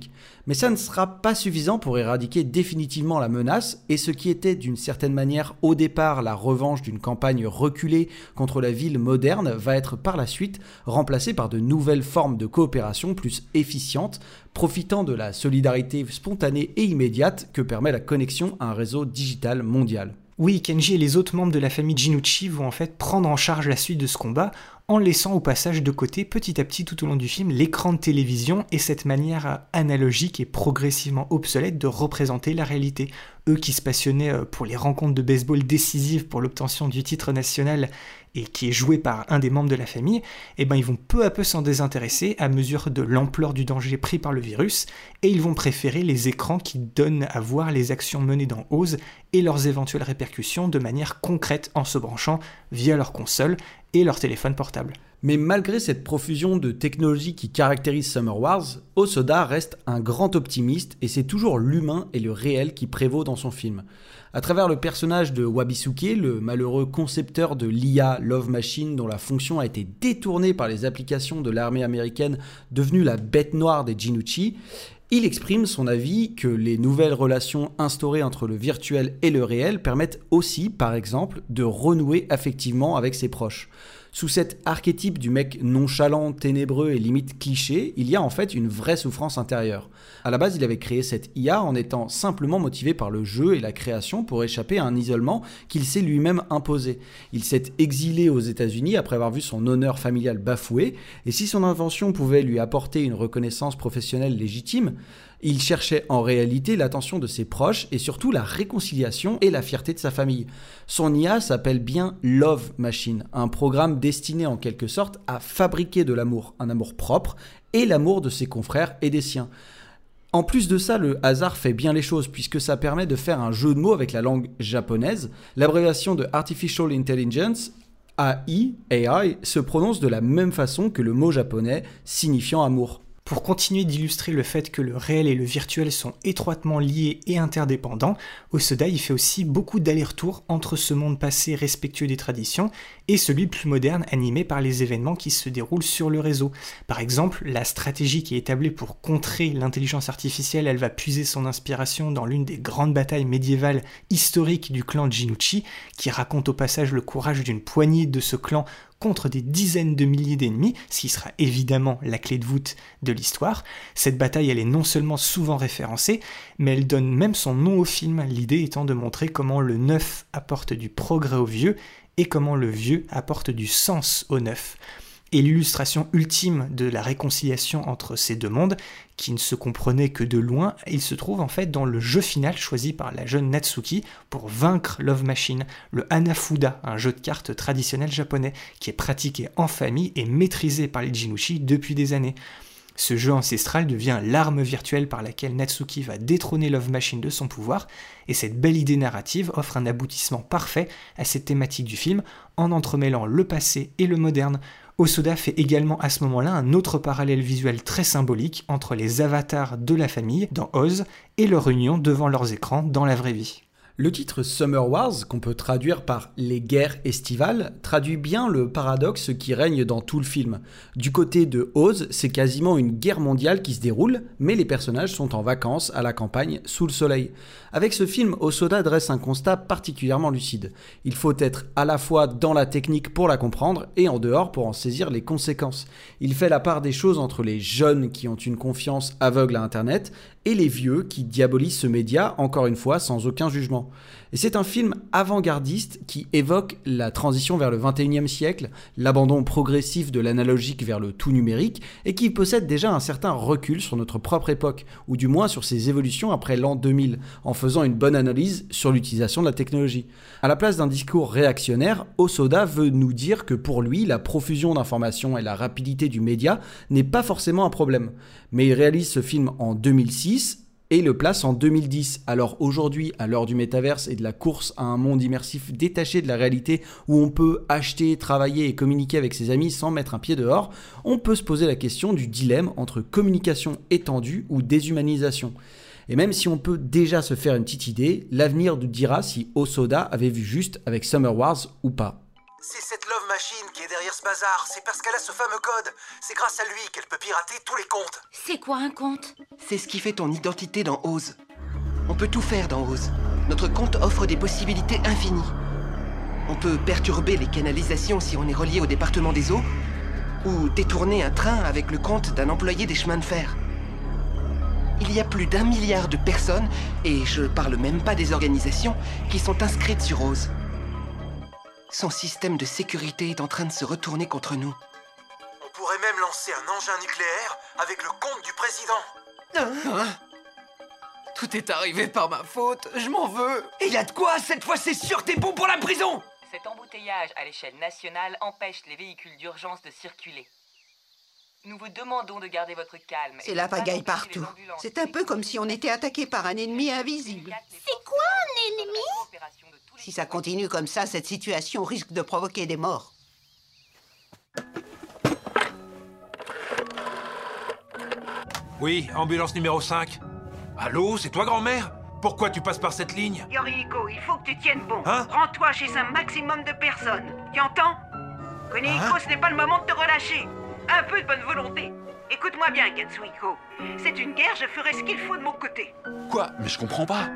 Mais ça ne sera pas suffisant pour éradiquer définitivement la menace, et ce qui était d'une certaine manière au départ la revanche d'une campagne reculée contre la ville moderne va être par la suite remplacé par de nouvelles formes de coopération plus efficientes, profitant de la solidarité spontanée et immédiate que permet la connexion à un réseau digital mondial. Oui, Kenji et les autres membres de la famille Jinuchi vont en fait prendre en charge la suite de ce combat en laissant au passage de côté petit à petit tout au long du film l'écran de télévision et cette manière analogique et progressivement obsolète de représenter la réalité. Eux qui se passionnaient pour les rencontres de baseball décisives pour l'obtention du titre national et qui est joué par un des membres de la famille, eh ben ils vont peu à peu s'en désintéresser à mesure de l'ampleur du danger pris par le virus et ils vont préférer les écrans qui donnent à voir les actions menées dans Oz et leurs éventuelles répercussions de manière concrète en se branchant via leur console et leur téléphone portable. Mais malgré cette profusion de technologies qui caractérise Summer Wars, Hosoda reste un grand optimiste et c'est toujours l'humain et le réel qui prévaut dans son film. À travers le personnage de Wabisuke, le malheureux concepteur de l'IA Love Machine dont la fonction a été détournée par les applications de l'armée américaine devenue la bête noire des Jinuchi, il exprime son avis que les nouvelles relations instaurées entre le virtuel et le réel permettent aussi, par exemple, de renouer affectivement avec ses proches. Sous cet archétype du mec nonchalant, ténébreux et limite cliché, il y a en fait une vraie souffrance intérieure. À la base, il avait créé cette IA en étant simplement motivé par le jeu et la création pour échapper à un isolement qu'il s'est lui-même imposé. Il s'est exilé aux États-Unis après avoir vu son honneur familial bafoué, et si son invention pouvait lui apporter une reconnaissance professionnelle légitime, il cherchait en réalité l'attention de ses proches et surtout la réconciliation et la fierté de sa famille. Son IA s'appelle bien Love Machine, un programme destiné en quelque sorte à fabriquer de l'amour, un amour propre et l'amour de ses confrères et des siens. En plus de ça, le hasard fait bien les choses puisque ça permet de faire un jeu de mots avec la langue japonaise. L'abréviation de Artificial Intelligence, AI, se prononce de la même façon que le mot japonais signifiant amour. Pour continuer d'illustrer le fait que le réel et le virtuel sont étroitement liés et interdépendants, Hosoda y fait aussi beaucoup d'allers-retours entre ce monde passé respectueux des traditions et celui plus moderne animé par les événements qui se déroulent sur le réseau. Par exemple, la stratégie qui est établie pour contrer l'intelligence artificielle, elle va puiser son inspiration dans l'une des grandes batailles médiévales historiques du clan Jinuchi, qui raconte au passage le courage d'une poignée de ce clan contre des dizaines de milliers d'ennemis, ce qui sera évidemment la clé de voûte de l'histoire. Cette bataille, elle est non seulement souvent référencée, mais elle donne même son nom au film, l'idée étant de montrer comment le neuf apporte du progrès au vieux et comment le vieux apporte du sens au neuf. Et l'illustration ultime de la réconciliation entre ces deux mondes, qui ne se comprenaient que de loin, il se trouve en fait dans le jeu final choisi par la jeune Natsuki pour vaincre Love Machine, le Hanafuda, un jeu de cartes traditionnel japonais, qui est pratiqué en famille et maîtrisé par les Jinuchi depuis des années. Ce jeu ancestral devient l'arme virtuelle par laquelle Natsuki va détrôner Love Machine de son pouvoir, et cette belle idée narrative offre un aboutissement parfait à cette thématique du film, en entremêlant le passé et le moderne. Hosoda fait également à ce moment-là un autre parallèle visuel très symbolique entre les avatars de la famille dans Oz et leur union devant leurs écrans dans la vraie vie. Le titre Summer Wars, qu'on peut traduire par les guerres estivales, traduit bien le paradoxe qui règne dans tout le film. Du côté de Oz, c'est quasiment une guerre mondiale qui se déroule, mais les personnages sont en vacances à la campagne sous le soleil. Avec ce film, Hosoda dresse un constat particulièrement lucide. Il faut être à la fois dans la technique pour la comprendre et en dehors pour en saisir les conséquences. Il fait la part des choses entre les jeunes qui ont une confiance aveugle à Internet et les vieux qui diabolisent ce média, encore une fois, sans aucun jugement. Et c'est un film avant-gardiste qui évoque la transition vers le 21e siècle, l'abandon progressif de l'analogique vers le tout numérique, et qui possède déjà un certain recul sur notre propre époque, ou du moins sur ses évolutions après l'an 2000, en faisant une bonne analyse sur l'utilisation de la technologie. À la place d'un discours réactionnaire, Hosoda veut nous dire que pour lui, la profusion d'informations et la rapidité du média n'est pas forcément un problème. Mais il réalise ce film en 2006, et le place en 2010. Alors aujourd'hui, à l'heure du métaverse et de la course à un monde immersif détaché de la réalité où on peut acheter, travailler et communiquer avec ses amis sans mettre un pied dehors, on peut se poser la question du dilemme entre communication étendue ou déshumanisation. Et même si on peut déjà se faire une petite idée, l'avenir nous dira si Hosoda avait vu juste avec Summer Wars ou pas. C'est cette Love Machine qui est derrière ce bazar. C'est parce qu'elle a ce fameux code. C'est grâce à lui qu'elle peut pirater tous les comptes. C'est quoi un compte? C'est ce qui fait ton identité dans Oz. On peut tout faire dans Oz. Notre compte offre des possibilités infinies. On peut perturber les canalisations si on est relié au département des eaux, ou détourner un train avec le compte d'un employé des chemins de fer. Il y a plus d'1 milliard de personnes, et je parle même pas des organisations, qui sont inscrites sur Oz. Son système de sécurité est en train de se retourner contre nous. On pourrait même lancer un engin nucléaire avec le compte du président. Tout est arrivé par ma faute, je m'en veux. Et y a de quoi, cette fois c'est sûr t'es bon pour la prison. Cet embouteillage à l'échelle nationale empêche les véhicules d'urgence de circuler. Nous vous demandons de garder votre calme. C'est la pagaille partout. C'est un peu comme si on était attaqué par un ennemi invisible. C'est quoi un ennemi? Si ça continue comme ça, cette situation risque de provoquer des morts. Oui, ambulance numéro 5. Allô, c'est toi, grand-mère? Pourquoi tu passes par cette ligne? Yoriko, il faut que tu tiennes bon. Hein? Rends-toi chez un maximum de personnes. Tu entends? Kunihiko, ce n'est pas le moment de te relâcher. Un peu de bonne volonté. Écoute-moi bien, Katsuhiko. C'est une guerre, je ferai ce qu'il faut de mon côté. Quoi? Mais je comprends pas.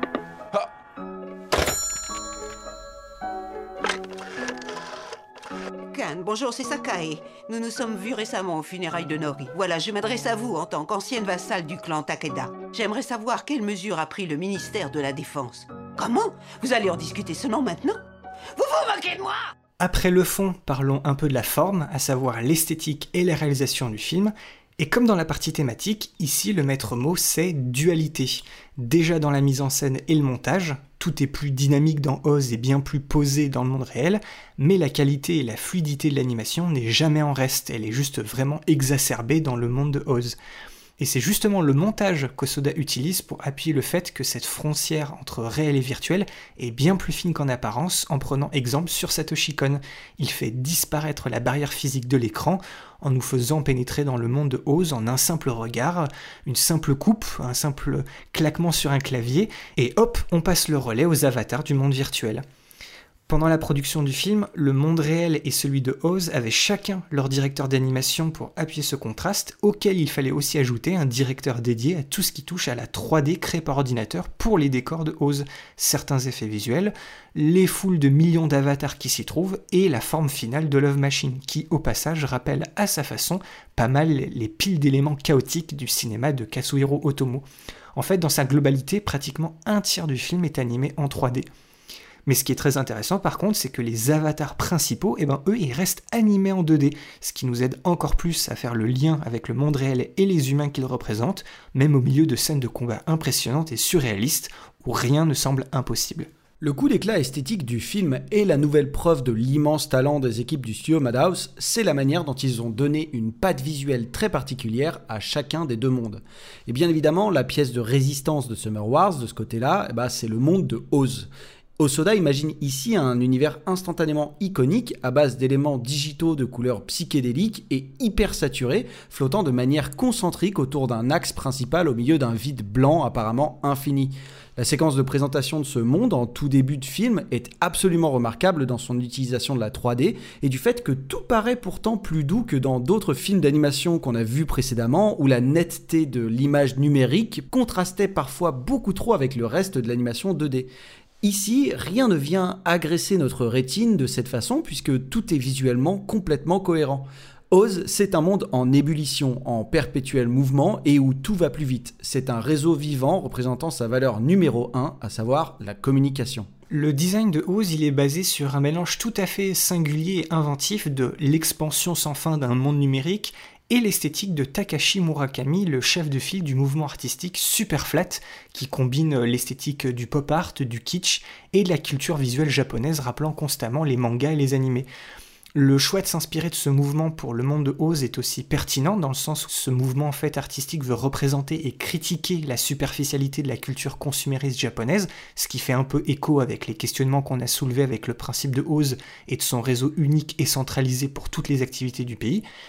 Kan, bonjour, c'est Sakae. Nous nous sommes vus récemment aux funérailles de Nori. Voilà, je m'adresse à vous en tant qu'ancienne vassale du clan Takeda. J'aimerais savoir quelles mesures a pris le ministère de la Défense. Comment? Vous allez en discuter seulement maintenant? Vous vous moquez de moi? Après le fond, parlons un peu de la forme, à savoir l'esthétique et la réalisation du film. Et comme dans la partie thématique, ici le maître mot c'est dualité. Déjà dans la mise en scène et le montage, tout est plus dynamique dans Oz et bien plus posé dans le monde réel, mais la qualité et la fluidité de l'animation n'est jamais en reste, elle est juste vraiment exacerbée dans le monde de Oz. Et c'est justement le montage qu'Osoda utilise pour appuyer le fait que cette frontière entre réel et virtuel est bien plus fine qu'en apparence en prenant exemple sur Satoshi Kon. Il fait disparaître la barrière physique de l'écran en nous faisant pénétrer dans le monde de Oz en un simple regard, une simple coupe, un simple claquement sur un clavier, et hop, on passe le relais aux avatars du monde virtuel. Pendant la production du film, le monde réel et celui de Oz avaient chacun leur directeur d'animation pour appuyer ce contraste, auquel il fallait aussi ajouter un directeur dédié à tout ce qui touche à la 3D créée par ordinateur pour les décors de Oz, certains effets visuels, les foules de millions d'avatars qui s'y trouvent et la forme finale de Love Machine, qui au passage rappelle à sa façon pas mal les piles d'éléments chaotiques du cinéma de Kazuhiro Otomo. En fait, dans sa globalité, pratiquement un tiers du film est animé en 3D. Mais ce qui est très intéressant par contre, c'est que les avatars principaux, eux, ils restent animés en 2D, ce qui nous aide encore plus à faire le lien avec le monde réel et les humains qu'ils représentent, même au milieu de scènes de combat impressionnantes et surréalistes, où rien ne semble impossible. Le coup d'éclat esthétique du film est la nouvelle preuve de l'immense talent des équipes du studio Madhouse, c'est la manière dont ils ont donné une patte visuelle très particulière à chacun des deux mondes. Et bien évidemment, la pièce de résistance de Summer Wars, de ce côté-là, c'est le monde de Oz. Osoda imagine ici un univers instantanément iconique à base d'éléments digitaux de couleurs psychédéliques et hyper saturés, flottant de manière concentrique autour d'un axe principal au milieu d'un vide blanc apparemment infini. La séquence de présentation de ce monde en tout début de film est absolument remarquable dans son utilisation de la 3D et du fait que tout paraît pourtant plus doux que dans d'autres films d'animation qu'on a vus précédemment où la netteté de l'image numérique contrastait parfois beaucoup trop avec le reste de l'animation 2D. Ici, rien ne vient agresser notre rétine de cette façon puisque tout est visuellement complètement cohérent. Oz, c'est un monde en ébullition, en perpétuel mouvement et où tout va plus vite. C'est un réseau vivant représentant sa valeur numéro 1, à savoir la communication. Le design de Oz, il est basé sur un mélange tout à fait singulier et inventif de l'expansion sans fin d'un monde numérique et l'esthétique de Takashi Murakami, le chef de file du mouvement artistique Superflat, qui combine l'esthétique du pop art, du kitsch et de la culture visuelle japonaise rappelant constamment les mangas et les animés. Le choix de s'inspirer de ce mouvement pour le monde de Oz est aussi pertinent dans le sens où ce mouvement en fait artistique veut représenter et critiquer la superficialité de la culture consumériste japonaise, ce qui fait un peu écho avec les questionnements qu'on a soulevés avec le principe de Oz et de son réseau unique et centralisé pour toutes les activités du pays.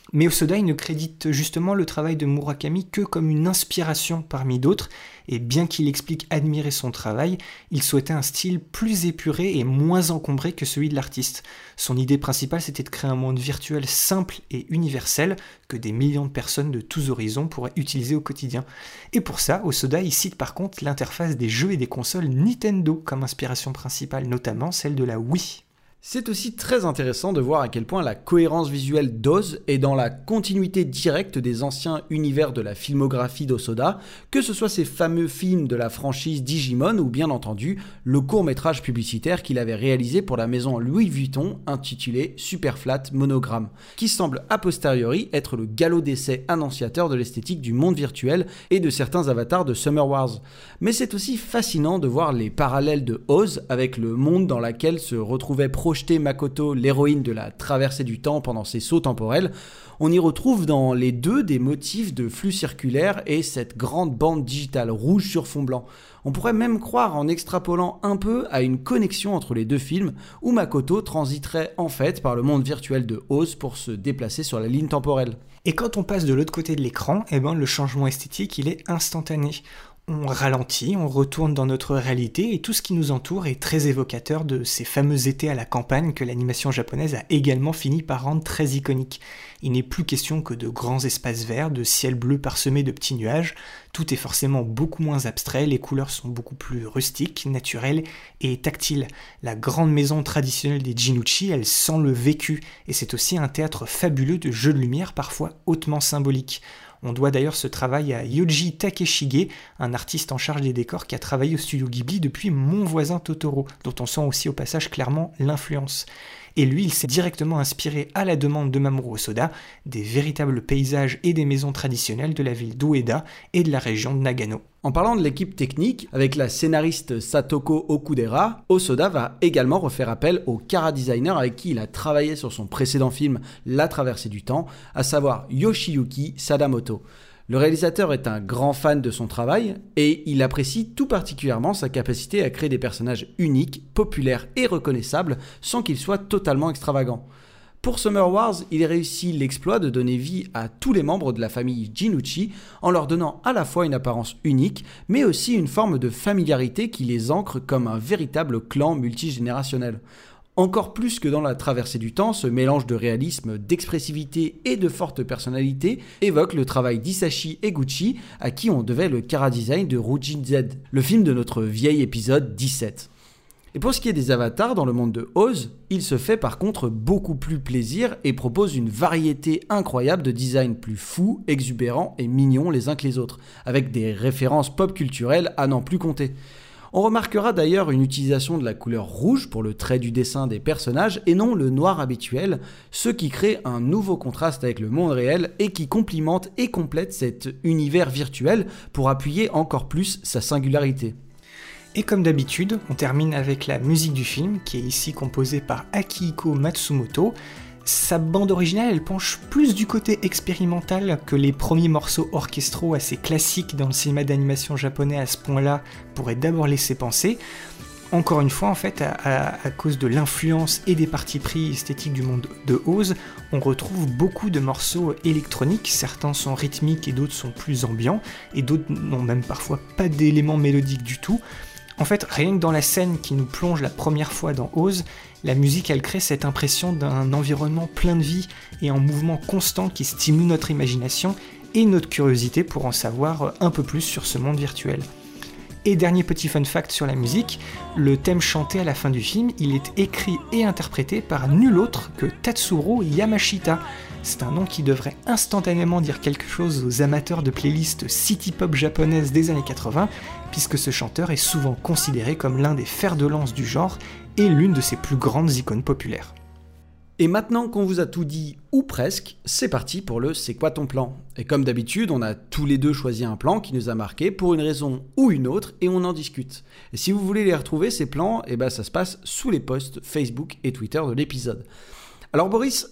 Mais Hosoda, il ne crédite justement le travail de Murakami que comme une inspiration parmi d'autres, et bien qu'il explique admirer son travail, il souhaitait un style plus épuré et moins encombré que celui de l'artiste. Son idée principale, c'était de créer un monde virtuel simple et universel que des millions de personnes de tous horizons pourraient utiliser au quotidien. Et pour ça, Hosoda, il cite par contre l'interface des jeux et des consoles Nintendo comme inspiration principale, notamment celle de la Wii. C'est aussi très intéressant de voir à quel point la cohérence visuelle d'Oz est dans la continuité directe des anciens univers de la filmographie d'Hosoda, que ce soit ses fameux films de la franchise Digimon ou bien entendu le court-métrage publicitaire qu'il avait réalisé pour la maison Louis Vuitton intitulé Superflat Monogram, qui semble a posteriori être le galop d'essai annonciateur de l'esthétique du monde virtuel et de certains avatars de Summer Wars. Mais c'est aussi fascinant de voir les parallèles de Oz avec le monde dans lequel se retrouvait projeter Makoto, l'héroïne de la traversée du temps pendant ses sauts temporels. On y retrouve dans les deux des motifs de flux circulaire et cette grande bande digitale rouge sur fond blanc. On pourrait même croire, en extrapolant un peu, à une connexion entre les deux films où Makoto transiterait en fait par le monde virtuel de Oz pour se déplacer sur la ligne temporelle. Et quand on passe de l'autre côté de l'écran, le changement esthétique, il est instantané. On ralentit, on retourne dans notre réalité et tout ce qui nous entoure est très évocateur de ces fameux étés à la campagne que l'animation japonaise a également fini par rendre très iconique. Il n'est plus question que de grands espaces verts, de ciel bleu parsemé de petits nuages, tout est forcément beaucoup moins abstrait, les couleurs sont beaucoup plus rustiques, naturelles et tactiles. La grande maison traditionnelle des Jinuchi, elle sent le vécu et c'est aussi un théâtre fabuleux de jeux de lumière parfois hautement symboliques. On doit d'ailleurs ce travail à Yoji Takeshige, un artiste en charge des décors qui a travaillé au studio Ghibli depuis Mon voisin Totoro, dont on sent aussi au passage clairement l'influence. Et lui, il s'est directement inspiré à la demande de Mamoru Hosoda des véritables paysages et des maisons traditionnelles de la ville d'Ueda et de la région de Nagano. En parlant de l'équipe technique, avec la scénariste Satoko Okudera, Hosoda va également refaire appel au chara-designer avec qui il a travaillé sur son précédent film La traversée du temps, à savoir Yoshiyuki Sadamoto. Le réalisateur est un grand fan de son travail et il apprécie tout particulièrement sa capacité à créer des personnages uniques, populaires et reconnaissables sans qu'ils soient totalement extravagants. Pour Summer Wars, il réussit l'exploit de donner vie à tous les membres de la famille Jinuchi en leur donnant à la fois une apparence unique, mais aussi une forme de familiarité qui les ancre comme un véritable clan multigénérationnel. Encore plus que dans La traversée du temps, ce mélange de réalisme, d'expressivité et de forte personnalité évoque le travail d'Hisashi Eguchi, à qui on devait le chara-design de Rujin Z, le film de notre vieil épisode 17. Et pour ce qui est des avatars dans le monde de Oz, il se fait par contre beaucoup plus plaisir et propose une variété incroyable de designs plus fous, exubérants et mignons les uns que les autres, avec des références pop culturelles à n'en plus compter. On remarquera d'ailleurs une utilisation de la couleur rouge pour le trait du dessin des personnages et non le noir habituel, ce qui crée un nouveau contraste avec le monde réel et qui complimente et complète cet univers virtuel pour appuyer encore plus sa singularité. Et comme d'habitude, on termine avec la musique du film, qui est ici composée par Akihiko Matsumoto. Sa bande originale, elle penche plus du côté expérimental que les premiers morceaux orchestraux assez classiques dans le cinéma d'animation japonais à ce point-là pourraient d'abord laisser penser. Encore une fois, en fait, à cause de l'influence et des partis pris esthétiques du monde de Oz, on retrouve beaucoup de morceaux électroniques, certains sont rythmiques et d'autres sont plus ambiants, et d'autres n'ont même parfois pas d'éléments mélodiques du tout. En fait, rien que dans la scène qui nous plonge la première fois dans Oz, la musique elle crée cette impression d'un environnement plein de vie et en mouvement constant qui stimule notre imagination et notre curiosité pour en savoir un peu plus sur ce monde virtuel. Et dernier petit fun fact sur la musique, le thème chanté à la fin du film, il est écrit et interprété par nul autre que Tatsuro Yamashita. C'est un nom qui devrait instantanément dire quelque chose aux amateurs de playlists city pop japonaises des années 80, puisque ce chanteur est souvent considéré comme l'un des fers de lance du genre et l'une de ses plus grandes icônes populaires. Et maintenant qu'on vous a tout dit, ou presque, c'est parti pour le C'est quoi ton plan ? Et comme d'habitude, on a tous les deux choisi un plan qui nous a marqué pour une raison ou une autre et on en discute. Et si vous voulez les retrouver, ces plans, ça se passe sous les posts Facebook et Twitter de l'épisode. Alors Boris,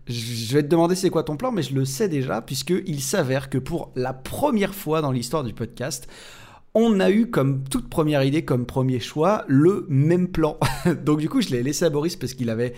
je vais te demander c'est quoi ton plan, mais je le sais déjà, puisqu'il s'avère que pour la première fois dans l'histoire du podcast, on a eu comme toute première idée, comme premier choix, le même plan. Donc du coup, je l'ai laissé à Boris parce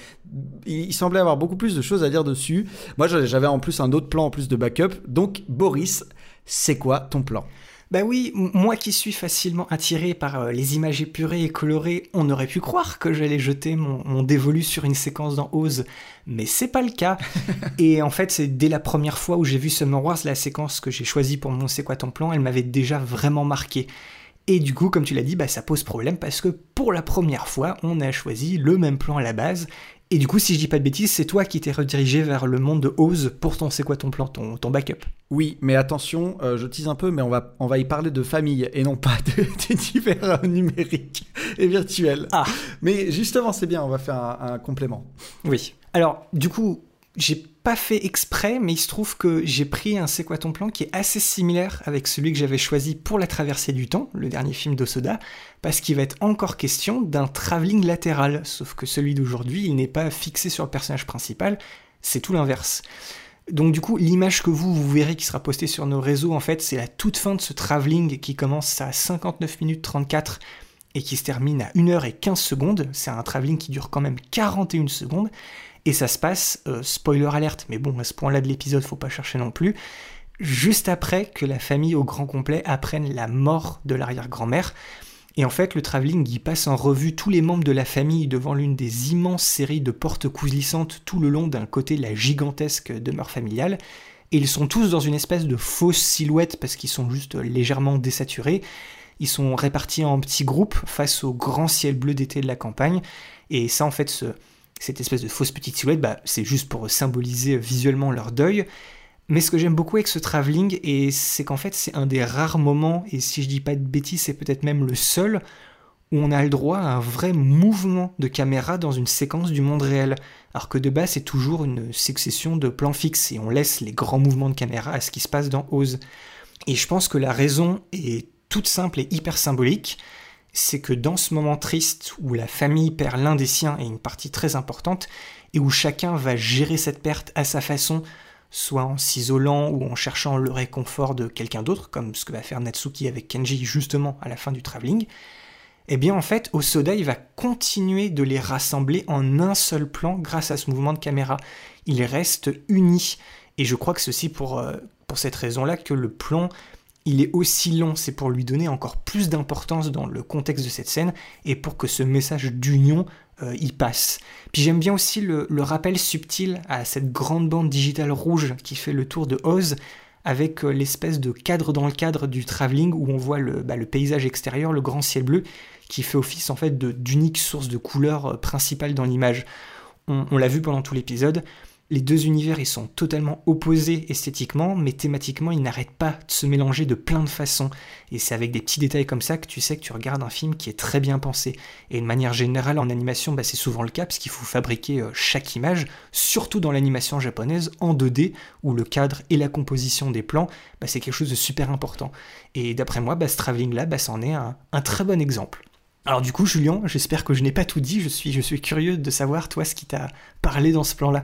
il semblait avoir beaucoup plus de choses à dire dessus. Moi, j'avais en plus un autre plan en plus de backup. Donc Boris, c'est quoi ton plan ? Bah oui, moi qui suis facilement attiré par les images épurées et colorées, on aurait pu croire que j'allais jeter mon dévolu sur une séquence dans Oz, mais c'est pas le cas. Et en fait, c'est dès la première fois où j'ai vu Summer Wars, la séquence que j'ai choisie pour mon C'est quoi ton plan, elle m'avait déjà vraiment marqué. Et du coup, comme tu l'as dit, ça pose problème parce que pour la première fois, on a choisi le même plan à la base. Et du coup, si je dis pas de bêtises, c'est toi qui t'es redirigé vers le monde de Oz pour ton C'est quoi ton plan, ton backup. Oui, mais attention, je tease un peu, mais on va y parler de famille et non pas d'univers numérique et virtuel. Ah. Mais justement, c'est bien, on va faire un complément. Oui. Alors, du coup, j'ai pas fait exprès, mais il se trouve que j'ai pris un C'est quoi ton plan qui est assez similaire avec celui que j'avais choisi pour La Traversée du Temps, le dernier film d'Osoda, parce qu'il va être encore question d'un travelling latéral, sauf que celui d'aujourd'hui, il n'est pas fixé sur le personnage principal, c'est tout l'inverse. Donc du coup, l'image que vous verrez qui sera postée sur nos réseaux, en fait, c'est la toute fin de ce travelling qui commence à 59 minutes 34 et qui se termine à 1h15 secondes. C'est un travelling qui dure quand même 41 secondes. Et ça se passe, spoiler alerte, mais bon, à ce point-là de l'épisode, faut pas chercher non plus, juste après que la famille au grand complet apprenne la mort de l'arrière-grand-mère. Et en fait, le travelling, il passe en revue tous les membres de la famille devant l'une des immenses séries de portes coulissantes tout le long d'un côté de la gigantesque demeure familiale. Et ils sont tous dans une espèce de fausse silhouette parce qu'ils sont juste légèrement désaturés. Ils sont répartis en petits groupes face au grand ciel bleu d'été de la campagne. Et ça, en fait, cette espèce de fausse petite silhouette, c'est juste pour symboliser visuellement leur deuil. Mais ce que j'aime beaucoup avec ce travelling, c'est qu'en fait c'est un des rares moments, et si je dis pas de bêtises, c'est peut-être même le seul, où on a le droit à un vrai mouvement de caméra dans une séquence du monde réel. Alors que de base c'est toujours une succession de plans fixes, et on laisse les grands mouvements de caméra à ce qui se passe dans Oz. Et je pense que la raison est toute simple et hyper symbolique, c'est que dans ce moment triste où la famille perd l'un des siens et une partie très importante, et où chacun va gérer cette perte à sa façon, soit en s'isolant ou en cherchant le réconfort de quelqu'un d'autre, comme ce que va faire Natsuki avec Kenji justement à la fin du travelling, eh bien en fait, Osoda il va continuer de les rassembler en un seul plan grâce à ce mouvement de caméra. Ils restent unis, et je crois que c'est aussi pour cette raison-là que le plan il est aussi long, c'est pour lui donner encore plus d'importance dans le contexte de cette scène et pour que ce message d'union y passe. Puis j'aime bien aussi le rappel subtil à cette grande bande digitale rouge qui fait le tour de Oz avec l'espèce de cadre dans le cadre du travelling où on voit le paysage extérieur, le grand ciel bleu qui fait office en fait d'unique source de couleur principale dans l'image. On l'a vu pendant tout l'épisode. Les deux univers ils sont totalement opposés esthétiquement, mais thématiquement ils n'arrêtent pas de se mélanger de plein de façons. Et c'est avec des petits détails comme ça que tu sais que tu regardes un film qui est très bien pensé. Et de manière générale en animation, c'est souvent le cas, parce qu'il faut fabriquer chaque image, surtout dans l'animation japonaise en 2D, où le cadre et la composition des plans, c'est quelque chose de super important. Et d'après moi, ce travelling-là, c'en est un très bon exemple. Alors du coup, Julien, j'espère que je n'ai pas tout dit, je suis curieux de savoir, toi, ce qui t'a parlé dans ce plan-là.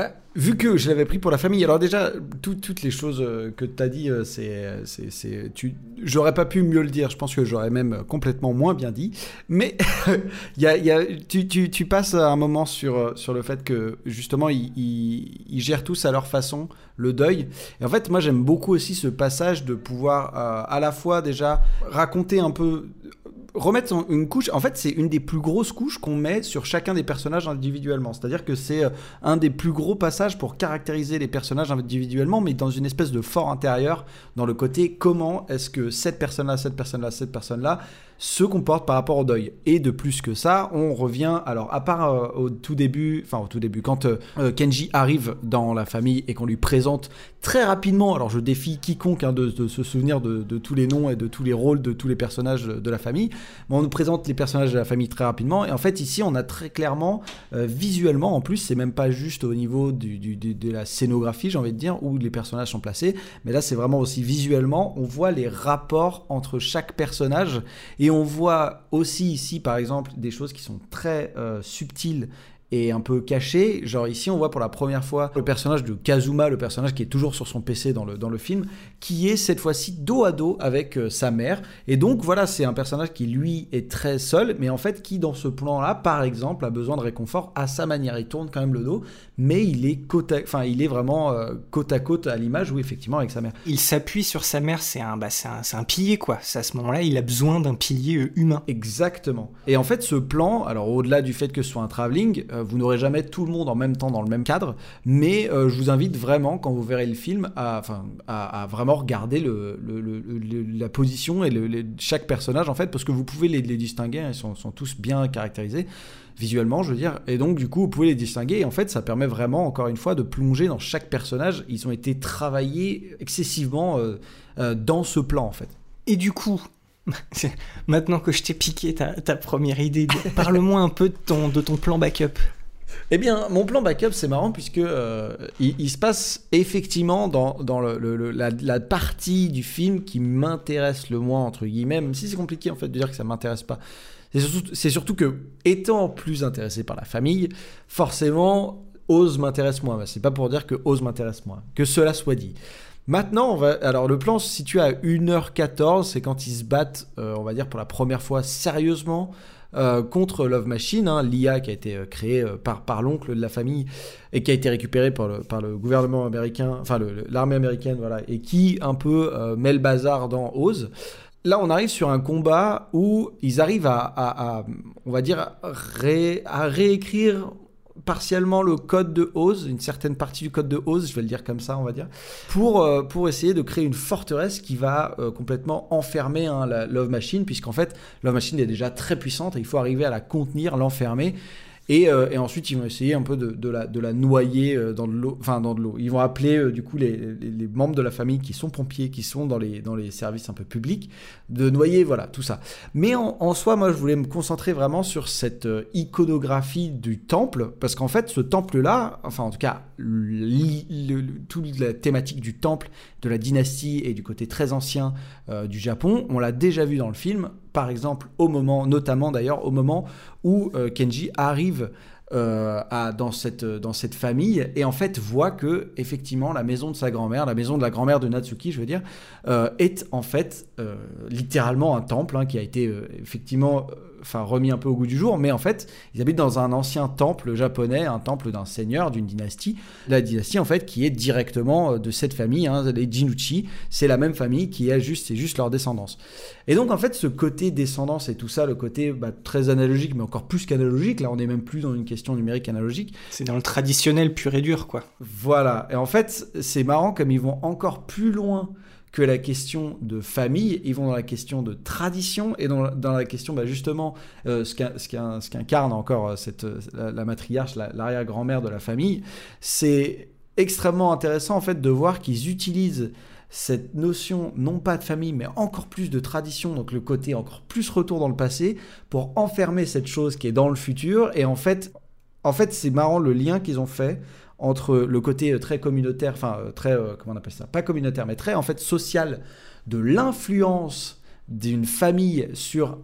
Vu que je l'avais pris pour la famille, alors déjà, toutes les choses que tu as dit, j'aurais pas pu mieux le dire, je pense que j'aurais même complètement moins bien dit, mais tu passes un moment sur le fait que, justement, ils gèrent tous à leur façon le deuil, et en fait, moi, j'aime beaucoup aussi ce passage de pouvoir à la fois déjà raconter un peu... remettre une couche, en fait c'est une des plus grosses couches qu'on met sur chacun des personnages individuellement, c'est-à-dire que c'est un des plus gros passages pour caractériser les personnages individuellement, mais dans une espèce de fort intérieur, dans le côté comment est-ce que cette personne-là se comporte par rapport au deuil. Et de plus que ça, on revient, alors à part au tout début, quand Kenji arrive dans la famille et qu'on lui présente très rapidement, alors je défie quiconque de se souvenir de tous les noms et de tous les rôles de tous les personnages de la famille, mais on nous présente les personnages de la famille très rapidement, et en fait ici on a très clairement, visuellement en plus, c'est même pas juste au niveau de la scénographie, j'ai envie de dire, où les personnages sont placés, mais là c'est vraiment aussi visuellement, on voit les rapports entre chaque personnage, et on voit aussi ici par exemple des choses qui sont très subtiles est un peu caché. Genre ici, on voit pour la première fois le personnage de Kazuma, le personnage qui est toujours sur son PC dans le film, qui est cette fois-ci dos à dos avec sa mère. Et donc voilà, c'est un personnage qui lui est très seul, mais en fait qui dans ce plan-là, par exemple, a besoin de réconfort à sa manière. Il tourne quand même le dos, mais il est vraiment côte à côte à l'image, où effectivement avec sa mère. Il s'appuie sur sa mère, c'est un pilier quoi. C'est à ce moment-là, il a besoin d'un pilier humain. Exactement. Et en fait, ce plan, alors au-delà du fait que ce soit un travelling, vous n'aurez jamais tout le monde en même temps dans le même cadre, mais je vous invite vraiment, quand vous verrez le film, à vraiment regarder la position et chaque personnage, en fait, parce que vous pouvez les distinguer, hein, ils sont tous bien caractérisés, visuellement, je veux dire, et donc du coup, vous pouvez les distinguer, et en fait, ça permet vraiment, encore une fois, de plonger dans chaque personnage. Ils ont été travaillés excessivement dans ce plan, en fait. Et du coup... Maintenant que je t'ai piqué ta première idée, parle-moi un peu de ton plan backup. Eh bien, mon plan backup, c'est marrant puisque il se passe effectivement dans la partie du film qui m'intéresse le moins, entre guillemets, même si c'est compliqué en fait de dire que ça m'intéresse pas. C'est surtout que, étant plus intéressé par la famille, forcément, Oz m'intéresse moins. C'est pas pour dire que Oz m'intéresse moins, que cela soit dit. Maintenant, alors le plan se situe à 1h14, c'est quand ils se battent, on va dire pour la première fois sérieusement, contre Love Machine, hein, l'IA qui a été créée par l'oncle de la famille et qui a été récupérée par le gouvernement américain, enfin l'armée américaine, voilà, et qui un peu met le bazar dans Oz. Là, on arrive sur un combat où ils arrivent à on va dire, à réécrire partiellement le code de Oz, une certaine partie du code de Oz, je vais le dire comme ça, on va dire, pour essayer de créer une forteresse qui va complètement enfermer la Love Machine, puisqu'en fait, Love Machine est déjà très puissante et il faut arriver à la contenir, l'enfermer. Et ensuite, ils vont essayer un peu de la noyer dans de l'eau. Ils vont appeler du coup les membres de la famille qui sont pompiers, qui sont dans les services un peu publics, de noyer, voilà, tout ça. Mais en soi, moi, je voulais me concentrer vraiment sur cette iconographie du temple, parce qu'en fait, ce temple-là, enfin, en tout cas, toute la thématique du temple, de la dynastie et du côté très ancien du Japon, on l'a déjà vu dans le film. Par exemple, notamment d'ailleurs, au moment où Kenji arrive dans cette famille et en fait voit que effectivement la maison de sa grand-mère, la maison de la grand-mère de Natsuki, je veux dire, est en fait littéralement un temple, hein, qui a été effectivement remis un peu au goût du jour, mais en fait ils habitent dans un ancien temple japonais, un temple d'un seigneur, d'une dynastie, la dynastie en fait qui est directement de cette famille, hein, les Jinuchi, c'est la même famille qui c'est juste leur descendance. Et donc en fait ce côté descendance et tout ça, le côté très analogique, mais encore plus qu'analogique, là on n'est même plus dans une question numérique analogique. C'est dans le traditionnel pur et dur, quoi. Voilà, et en fait c'est marrant comme ils vont encore plus loin que la question de famille, ils vont dans la question de tradition et dans la question justement ce qu'incarne encore la matriarche, l'arrière-grand-mère de la famille. C'est extrêmement intéressant en fait de voir qu'ils utilisent cette notion non pas de famille mais encore plus de tradition, donc le côté encore plus retour dans le passé pour enfermer cette chose qui est dans le futur. Et en fait c'est marrant le lien qu'ils ont fait entre le côté très communautaire, très, comment on appelle ça, pas communautaire, mais très en fait social, de l'influence d'une famille sur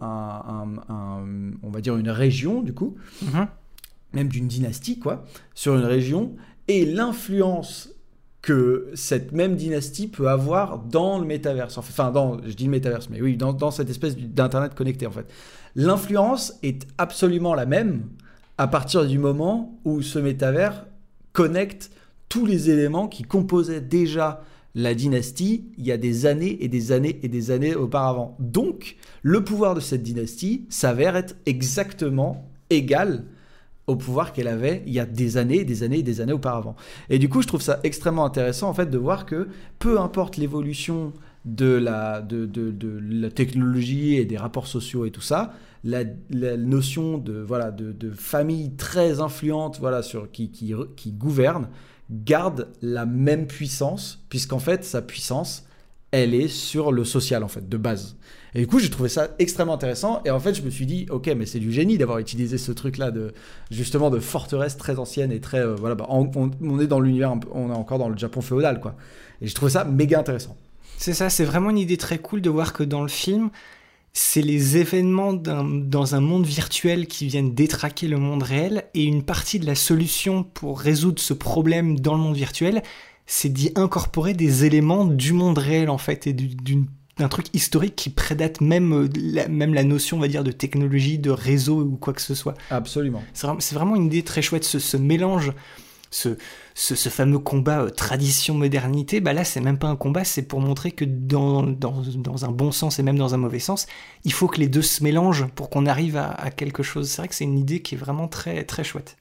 on va dire une région du coup, même d'une dynastie quoi, sur une région, et l'influence que cette même dynastie peut avoir dans le métaverse, je dis le métaverse, mais oui, dans cette espèce d'internet connecté en fait. L'influence est absolument la même à partir du moment où ce métavers connecte tous les éléments qui composaient déjà la dynastie il y a des années et des années et des années auparavant. Donc, le pouvoir de cette dynastie s'avère être exactement égal au pouvoir qu'elle avait il y a des années et des années et des années auparavant. Et du coup, je trouve ça extrêmement intéressant en fait de voir que peu importe l'évolution de la technologie et des rapports sociaux et tout ça, la notion de famille très influente, qui gouverne, garde la même puissance, puisqu'en fait sa puissance elle est sur le social en fait de base. Et du coup j'ai trouvé ça extrêmement intéressant, et en fait je me suis dit ok, mais c'est du génie d'avoir utilisé ce truc là de forteresse très ancienne et très on est dans l'univers, on est encore dans le Japon féodal quoi, et j'ai trouvé ça méga intéressant. C'est ça, c'est vraiment une idée très cool de voir que dans le film, C'est les événements dans un monde virtuel qui viennent détraquer le monde réel, et une partie de la solution pour résoudre ce problème dans le monde virtuel, c'est d'y incorporer des éléments du monde réel en fait, et d'un truc historique qui prédate même la notion, on va dire, de technologie, de réseau ou quoi que ce soit. Absolument. C'est vraiment une idée très chouette, ce mélange, ce fameux combat tradition-modernité. Bah là, c'est même pas un combat, c'est pour montrer que dans un bon sens et même dans un mauvais sens, il faut que les deux se mélangent pour qu'on arrive à quelque chose. C'est vrai que c'est une idée qui est vraiment très, très chouette.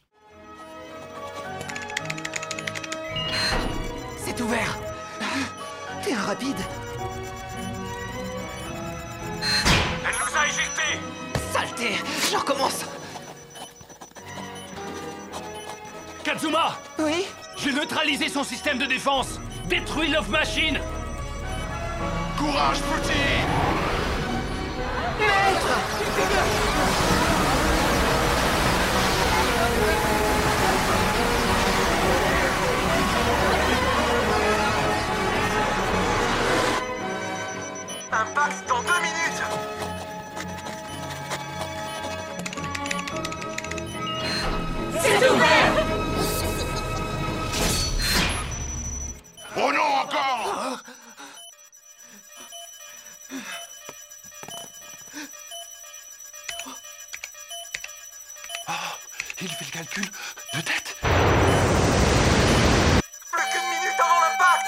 C'est ouvert. T'es un rapide. Elle nous a éjectés. Saleté, je recommence. Kazuma! Oui? J'ai neutralisé son système de défense! Détruis Love Machine! Courage, petit! Maître! Impact dans 2 minutes! C'est ouvert! Oh non, encore! Oh, il fait le calcul de tête. Plus qu'une minute avant l'impact!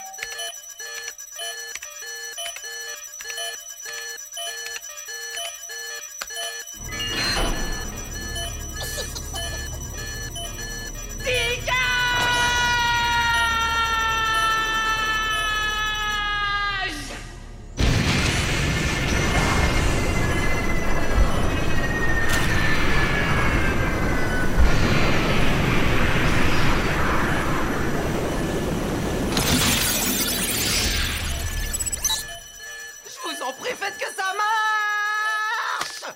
Faites que ça marche!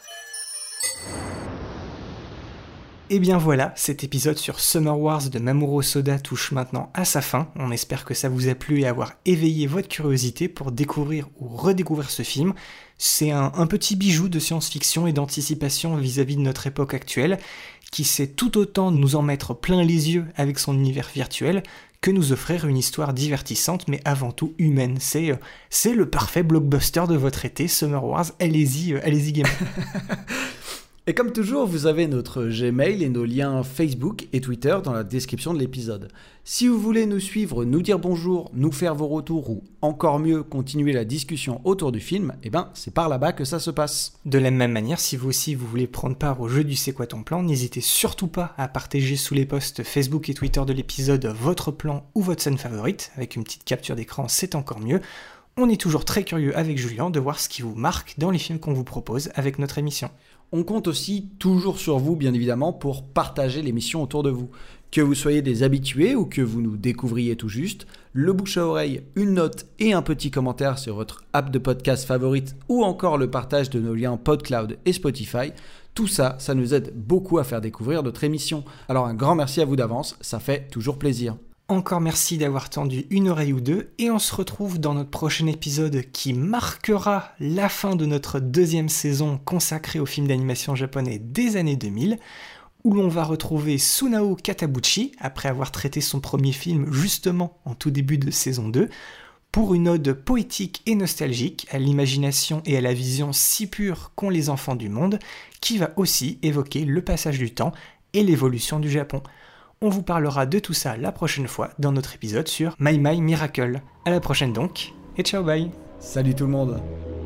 Et bien voilà, cet épisode sur Summer Wars de Mamoru Hosoda touche maintenant à sa fin. On espère que ça vous a plu et avoir éveillé votre curiosité pour découvrir ou redécouvrir ce film. C'est un petit bijou de science-fiction et d'anticipation vis-à-vis de notre époque actuelle, qui sait tout autant nous en mettre plein les yeux avec son univers virtuel, que nous offrir une histoire divertissante mais avant tout humaine. C'est le parfait blockbuster de votre été, Summer Wars. Allez-y gamin. Et comme toujours, vous avez notre Gmail et nos liens Facebook et Twitter dans la description de l'épisode. Si vous voulez nous suivre, nous dire bonjour, nous faire vos retours ou encore mieux, continuer la discussion autour du film, eh ben c'est par là-bas que ça se passe. De la même manière, si vous aussi vous voulez prendre part au jeu du C'est quoi ton plan, n'hésitez surtout pas à partager sous les posts Facebook et Twitter de l'épisode votre plan ou votre scène favorite, avec une petite capture d'écran, c'est encore mieux. On est toujours très curieux avec Julien de voir ce qui vous marque dans les films qu'on vous propose avec notre émission. On compte aussi toujours sur vous, bien évidemment, pour partager l'émission autour de vous. Que vous soyez des habitués ou que vous nous découvriez tout juste, le bouche à oreille, une note et un petit commentaire sur votre app de podcast favorite ou encore le partage de nos liens PodCloud et Spotify, tout ça, ça nous aide beaucoup à faire découvrir notre émission. Alors un grand merci à vous d'avance, ça fait toujours plaisir. Encore merci d'avoir tendu une oreille ou deux, et on se retrouve dans notre prochain épisode qui marquera la fin de notre deuxième saison consacrée aux films d'animation japonais des années 2000, où l'on va retrouver Sunao Katabuchi, après avoir traité son premier film justement en tout début de saison 2, pour une ode poétique et nostalgique à l'imagination et à la vision si pure qu'ont les enfants du monde, qui va aussi évoquer le passage du temps et l'évolution du Japon. On vous parlera de tout ça la prochaine fois dans notre épisode sur My My Miracle. À la prochaine donc, et ciao bye. Salut tout le monde.